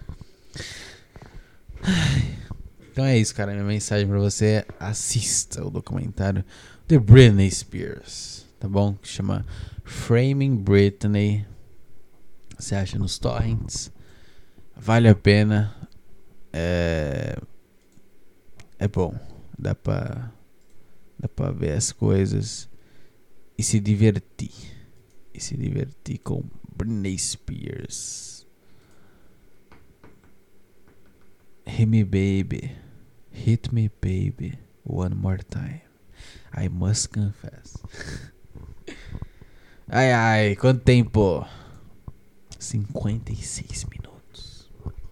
Então é isso, cara. Minha mensagem pra você é: assista o documentário The Britney Spears, tá bom? Que chama Framing Britney. Você acha nos torrents. Vale a pena. É, é bom. Dá pra, dá pra ver as coisas e se divertir. E se divertir com Britney Spears. Hit me baby. Hit me baby. One more time. I must confess. Ai ai, quanto tempo? cinquenta e seis minutos.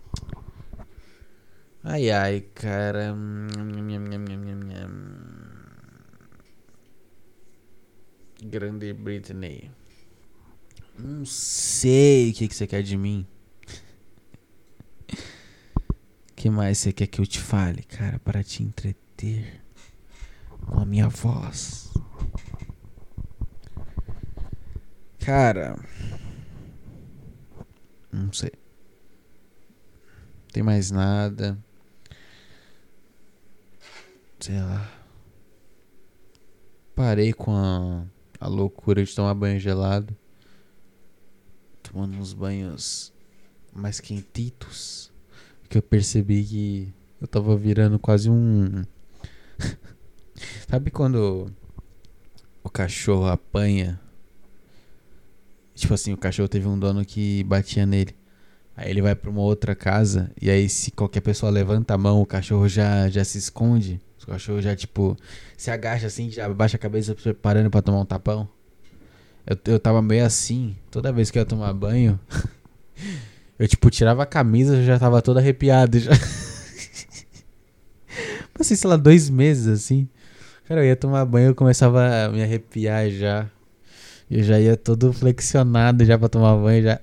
Ai ai, cara. Grande Britney. Não sei o que, que você quer de mim. O que mais você quer que eu te fale, cara, para te entreter com a minha voz? Cara, não sei. Tem mais nada. Sei lá. Parei com a, a loucura de tomar banho gelado. Tomando uns banhos mais quentitos. Que eu percebi que eu tava virando quase um... Sabe quando o cachorro apanha? Tipo assim, o cachorro teve um dono que batia nele. Aí ele vai pra uma outra casa. E aí se qualquer pessoa levanta a mão, o cachorro já, já se esconde. O cachorro já tipo se agacha assim, já abaixa a cabeça preparando pra tomar um tapão. Eu, eu tava meio assim. Toda vez que eu ia tomar banho, eu tipo tirava a camisa e já tava todo arrepiado já. Passei, sei lá, dois meses assim. Cara, eu ia tomar banho e eu começava a me arrepiar já. Eu já ia todo flexionado já pra tomar banho já.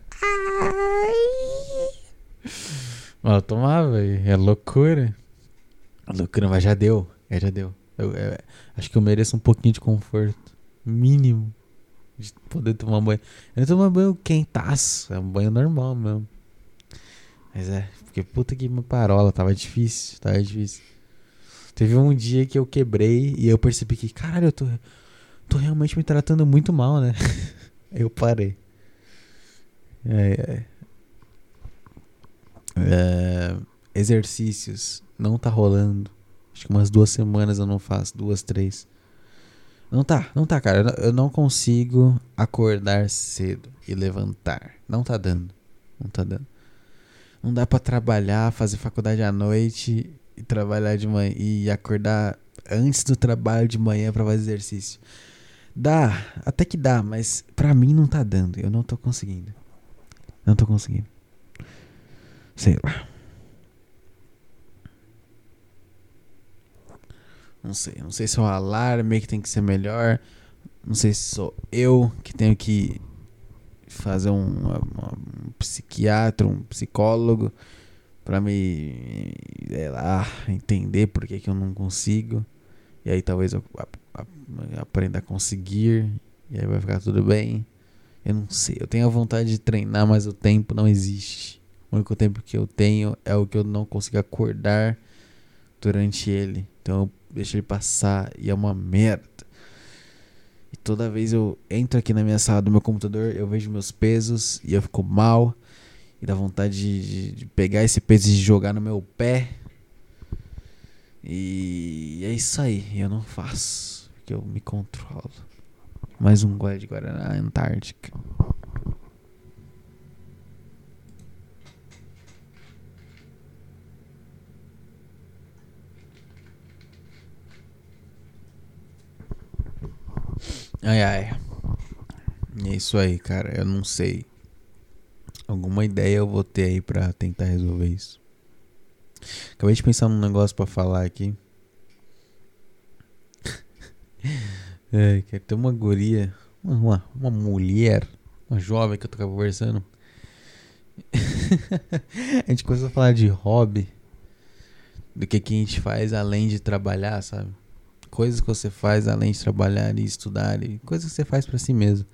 Mas eu tomava, é loucura. É loucura, mas já deu. É, já deu. Eu, eu, acho que eu mereço um pouquinho de conforto. Mínimo. De poder tomar banho. Eu não tomo banho quentaço. É um banho normal mesmo. Mas é, porque puta que me parola. Tava difícil. Tava difícil. Teve um dia que eu quebrei e eu percebi que, caralho, eu tô, tô realmente me tratando muito mal, né? Eu parei. É, é. É, exercícios. Não tá rolando. Acho que umas duas semanas eu não faço. Duas, três. Não tá, não tá, cara. Eu não consigo acordar cedo e levantar. Não tá dando. Não tá dando. Não dá pra trabalhar, fazer faculdade à noite e trabalhar de manhã e acordar antes do trabalho de manhã pra fazer exercício. Dá, até que dá, mas pra mim não tá dando. Eu não tô conseguindo. Não tô conseguindo. Sei lá. Não sei, não sei se é o alarme que tem que ser melhor. Não sei se sou eu que tenho que fazer um, uma, um psiquiatra, um psicólogo pra me, sei lá, entender por que, que eu não consigo. E aí talvez eu a, a, aprenda a conseguir. E aí vai ficar tudo bem. Eu não sei, eu tenho a vontade de treinar, mas o tempo não existe. O único tempo que eu tenho é o que eu não consigo acordar durante ele. Então eu deixo ele passar e é uma merda. toda vez eu entro aqui na minha sala do meu computador, eu vejo meus pesos e eu fico mal. E dá vontade de, de pegar esse peso e jogar no meu pé. E é isso aí, eu não faço, porque eu me controlo. Mais um gole de Guaraná Antártica. Ai ai. É isso aí, cara, eu não sei. Alguma ideia eu vou ter aí pra tentar resolver isso. Acabei de pensar num negócio pra falar aqui. É, que tem uma guria, uma, uma mulher, uma jovem que eu tô conversando. A gente começou a falar de hobby, do que, que a gente faz além de trabalhar, sabe? Coisas que você faz além de trabalhar e estudar, e coisas que você faz pra si mesmo.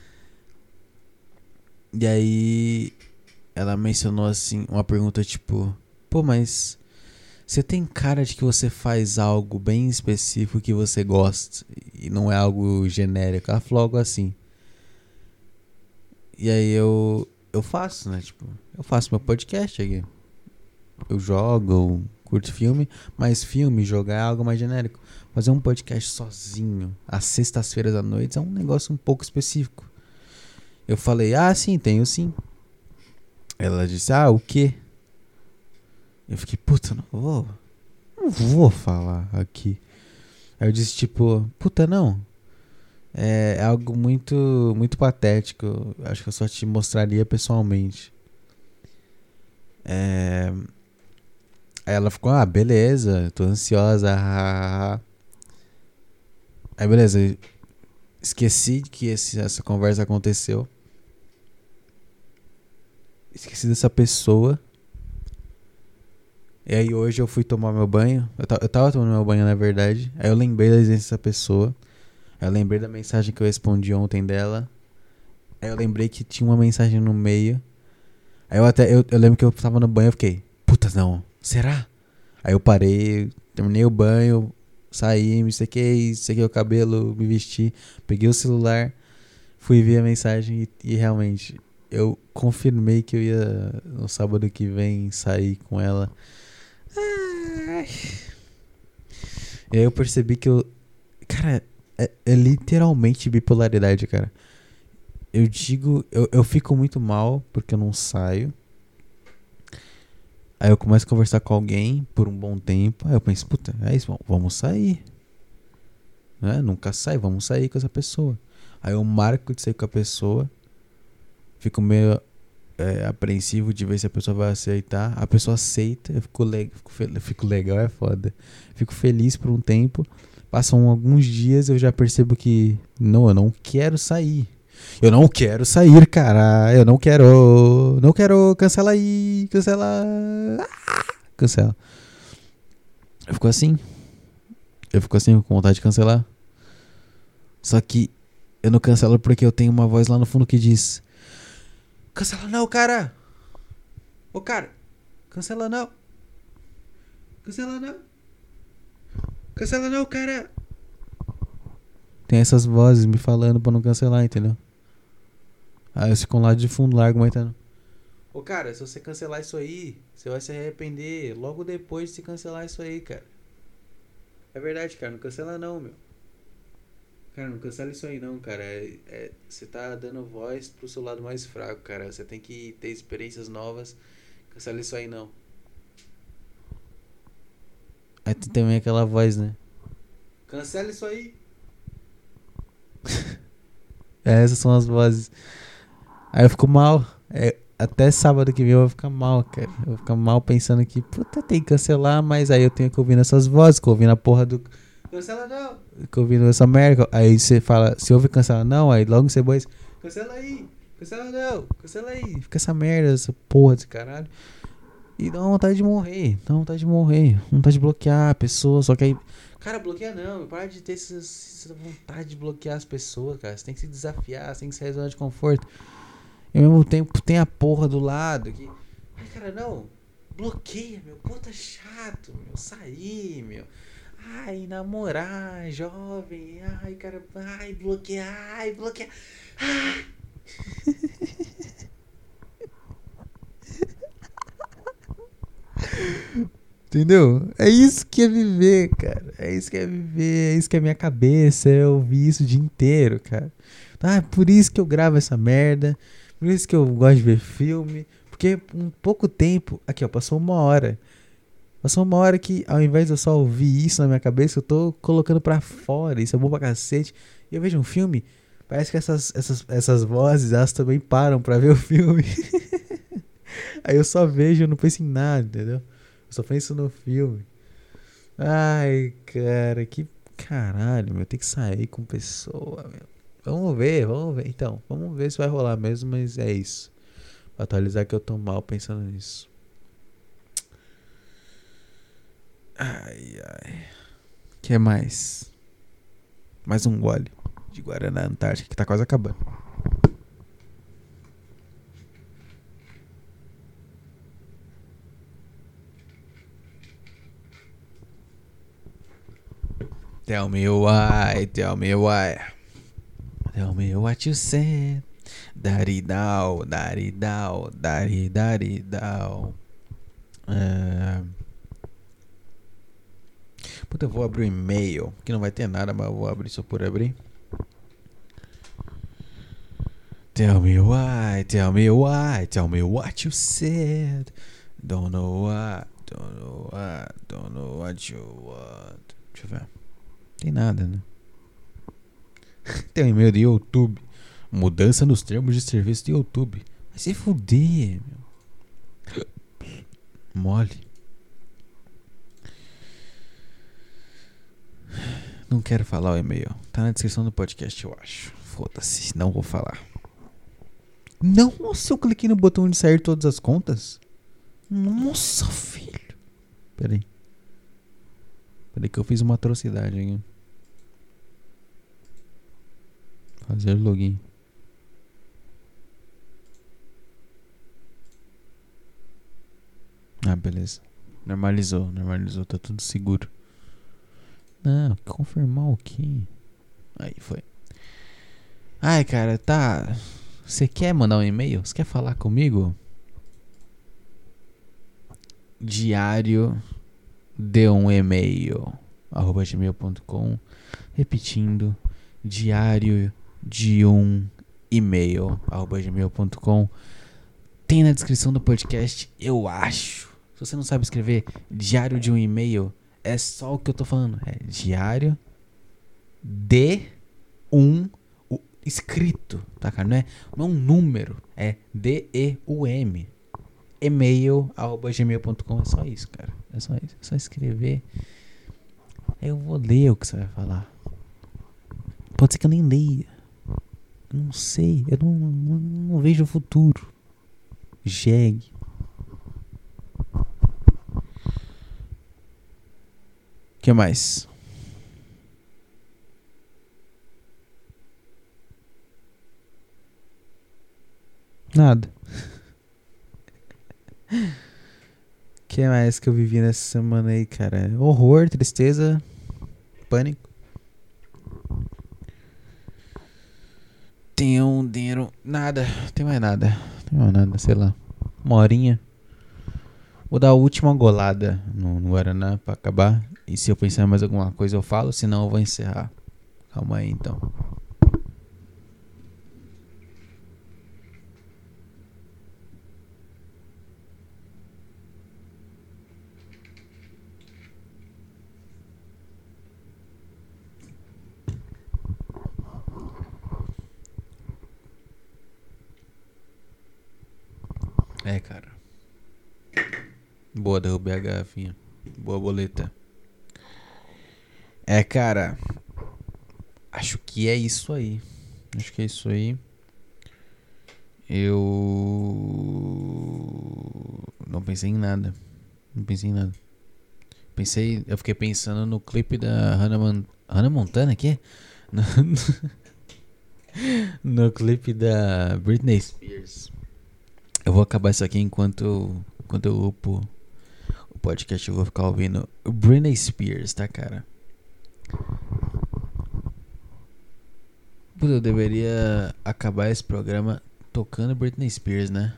E aí ela mencionou assim, uma pergunta tipo, pô, mas você tem cara de que você faz algo bem específico que você gosta e não é algo genérico. Ela falou algo assim. E aí eu eu faço, né? Tipo, eu faço meu podcast aqui. Eu jogo, eu curto filme, mas filme, jogar é algo mais genérico. Fazer um podcast sozinho, às sextas-feiras à noite, é um negócio um pouco específico. Eu falei, ah, sim, tenho sim. Ela disse, ah, o quê? Eu fiquei, puta, não vou, não vou falar aqui. Aí eu disse, tipo, puta, não. É, é algo muito, muito patético. Acho que eu só te mostraria pessoalmente. É... Aí ela ficou, ah, beleza, tô ansiosa. Aí beleza, esqueci que esse, essa conversa aconteceu. Esqueci dessa pessoa. E aí hoje eu fui tomar meu banho. Eu, t- eu tava tomando meu banho, na verdade. Aí eu lembrei da existência dessa pessoa. Aí eu lembrei da mensagem que eu respondi ontem dela. Aí eu lembrei que tinha uma mensagem no meio. Aí eu até, eu, eu lembro que eu tava no banho, eu fiquei, puta não, será? Aí eu parei, terminei o banho, saí, me sequei, sequei o cabelo, me vesti, peguei o celular, fui ver a mensagem e, e realmente, eu confirmei que eu ia no sábado que vem sair com ela. Ai. E aí eu percebi que eu, cara, é, é literalmente bipolaridade, cara. Eu digo, eu, eu fico muito mal porque eu não saio. Aí eu começo a conversar com alguém por um bom tempo. Aí eu penso, puta, é isso, vamos sair. Né? Nunca sai, vamos sair com essa pessoa. Aí eu marco de sair com a pessoa. Fico meio é, apreensivo de ver se a pessoa vai aceitar. A pessoa aceita, eu fico, le- fico, fe- fico legal, é foda. Fico feliz por um tempo. Passam alguns dias, eu já percebo que não, eu não quero sair. Eu não quero sair, cara. Eu não quero. Não quero. Cancela aí. Cancela. Ah, cancela. Eu fico assim. Eu fico assim com vontade de cancelar. Só que eu não cancelo porque eu tenho uma voz lá no fundo que diz: cancela não, cara. Ô, cara. Cancela não. Cancela não. Cancela não, cara. Tem essas vozes me falando pra não cancelar, entendeu? Aí eu fico lá de fundo, lá argumentando. Ô, cara, se você cancelar isso aí, você vai se arrepender logo depois de se cancelar isso aí, cara. É verdade, cara, não cancela não, meu. Cara, não cancela isso aí não, cara. É, é, você tá dando voz pro seu lado mais fraco, cara. Você tem que ter experiências novas. Cancela isso aí não. Aí tem também aquela voz, né? Cancela isso aí. É, essas são as vozes. Aí eu fico mal. É, até sábado que vem eu vou ficar mal, cara. Eu vou ficar mal pensando que, puta, tem que cancelar, mas aí eu tenho que ouvir essas vozes, que eu ouvi na porra do. Cancela não! Que eu ouvindo essa merda. Aí você fala, se ouve cancela não, aí logo você depois. Cancela aí! Cancela não! Cancela aí! Fica essa merda, essa porra desse caralho. E dá uma vontade de morrer. Dá uma vontade de morrer. Vontade de bloquear a pessoa. Só que aí. Cara, bloqueia não. Para de ter essa, essa vontade de bloquear as pessoas, cara. Você tem que se desafiar, você tem que sair da zona de conforto. E ao mesmo tempo tem a porra do lado que. Ai, cara, não. Bloqueia, meu. Puta chato, meu. Sair, meu. Ai, namorar, jovem. Ai, cara. Ai, bloquear. Ai, bloquear. Ai. Entendeu? É isso que é viver, cara. É isso que é viver. É isso que é minha cabeça. Eu ouvi isso o dia inteiro, cara. Ah, é por isso que eu gravo essa merda. Por isso que eu gosto de ver filme. Porque um pouco tempo. Aqui, ó, passou uma hora. Passou uma hora que, ao invés de eu só ouvir isso na minha cabeça, eu tô colocando pra fora. Isso é bom pra cacete. E eu vejo um filme. Parece que essas, essas, essas vozes, elas também param pra ver o filme. Aí eu só vejo, eu não penso em nada, entendeu? Eu só penso no filme. Ai, cara, que caralho, meu. Tem que sair com pessoa, meu. Vamos ver, vamos ver. Então, vamos ver se vai rolar mesmo, mas é isso. Vou atualizar que eu tô mal pensando nisso. Ai, ai. Que mais? Mais um gole de Guaraná Antártica que tá quase acabando. Tell me why, tell me why. Tell me what you said. Dari dau, dari dau, dari dari dau. É... Puta, eu vou abrir o um e-mail, que não vai ter nada, mas eu vou abrir só por abrir. Tell me why, tell me why, tell me what you said. Don't know what, don't know what, don't know what you want. Deixa eu ver. Tem nada, né? Tem um e-mail do YouTube. Mudança nos termos de serviço do YouTube. Vai se fuder, meu. Mole. Não quero falar o e-mail. Tá na descrição do podcast, eu acho. Foda-se, não vou falar. Nossa, eu cliquei no botão de sair todas as contas. Nossa, filho. Peraí. Peraí que eu fiz uma atrocidade aqui. Fazer login. Ah, beleza. Normalizou, normalizou, tá tudo seguro. Não, confirmar o quê? Aí foi. Ai, cara, tá. Você quer mandar um e-mail? Você quer falar comigo? Diário de um e-mail arroba gmail ponto com. Repetindo, diário de um e-mail arroba gmail ponto com. Tem na descrição do podcast, eu acho. Se você não sabe escrever diário de um e-mail, é só o que eu tô falando. É diário de um o, escrito, tá, cara? Não é, não é um número, é D E U M. E-mail arroba gmail ponto com. É só isso, cara. É só isso. É só escrever. Aí eu vou ler o que você vai falar. Pode ser que eu nem leia. Eu não sei. Eu não, não, não vejo o futuro. Jegue. O que mais? Nada. O que mais que eu vivi nessa semana aí, cara? Horror, tristeza, pânico. Tem um dinheiro. Nada. Tem mais nada. Tem mais nada, sei lá. Uma horinha. Vou dar a última golada no, no Guaraná pra acabar. E se eu pensar em mais alguma coisa eu falo, senão eu vou encerrar. Calma aí então. É, cara. Boa, derrubei a garrafinha. Boa boleta. É, cara. Acho que é isso aí. Acho que é isso aí. Eu não pensei em nada. Não pensei em nada. Pensei, eu fiquei pensando no clipe da Hannah, Man, Hannah Montana, que? No, no clipe da Britney Spears. Eu vou acabar isso aqui enquanto, enquanto eu upo o podcast. Eu vou ficar ouvindo Britney Spears, tá, cara? Puta, eu deveria acabar esse programa tocando Britney Spears, né?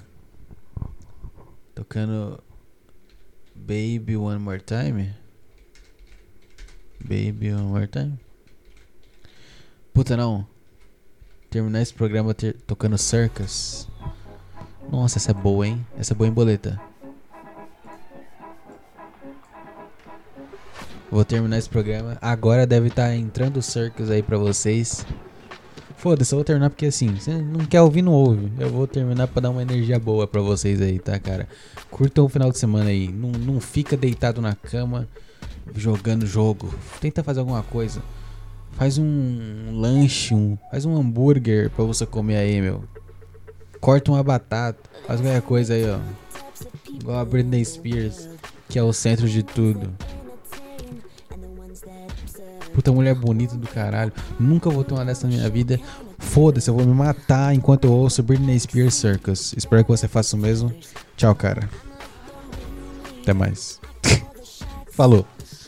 Tocando Baby One More Time. Baby One More Time. Puta, não. Terminar esse programa ter, tocando Circus. Nossa, essa é boa, hein? Essa é boa em boleta. Vou terminar esse programa. Agora deve estar tá entrando o Circus aí pra vocês. Foda-se, eu vou terminar porque assim, você não quer ouvir, não ouve. Eu vou terminar pra dar uma energia boa pra vocês aí, tá, cara? Curtam o final de semana aí. Não, não fica deitado na cama jogando jogo. Tenta fazer alguma coisa. Faz um lanche, um, faz um hambúrguer pra você comer aí, meu. Corta uma batata, faz qualquer coisa aí, ó. Igual a Britney Spears, que é o centro de tudo. Puta mulher bonita do caralho. Nunca vou ter uma dessa na minha vida. Foda-se, eu vou me matar enquanto eu ouço Britney Spears Circus. Espero que você faça o mesmo. Tchau, cara. Até mais. Falou.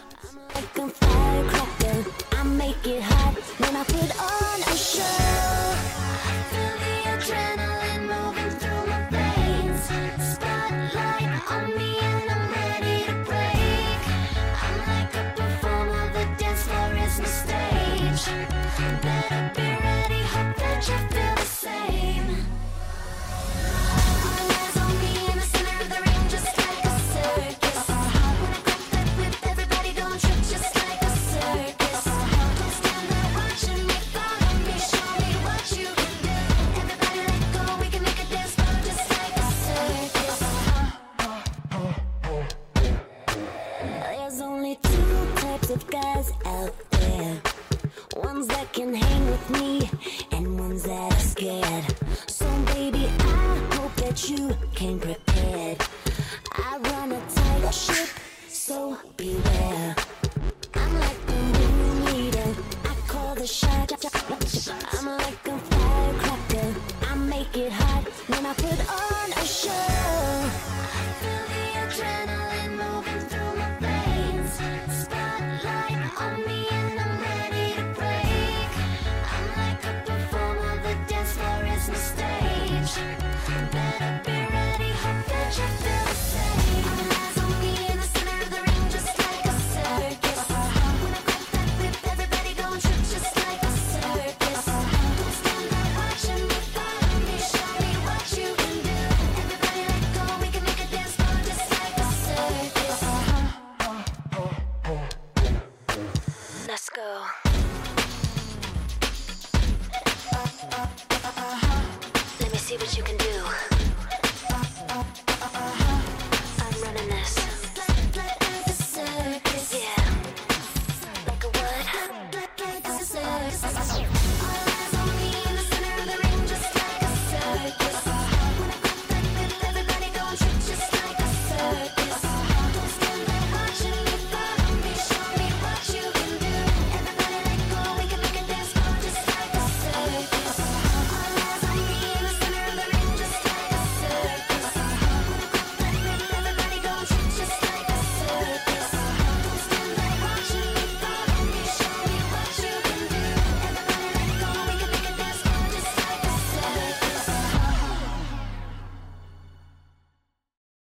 Guys out there, ones that can hang with me and ones that are scared. So baby, I hope that you came prepared. I run a tight ship, so beware. I'm like the room leader, I call the shot. I'm like a firecracker, I make it hot when I put on a show. Feel the adrenaline moving through my veins. Spotlight on me and I'm ready to break. I'm like a performer, the dance floor is my stage. Better be ready, hope that you feel the same. All eyes on me in the center of the ring, just like a circus. When I grab that whip, everybody gon' trip just like a circus. Don't stand there watching me, follow me, show me what you can do. Everybody let go, we can make a dance floor just like a circus. Let's go. Let me see what you can do.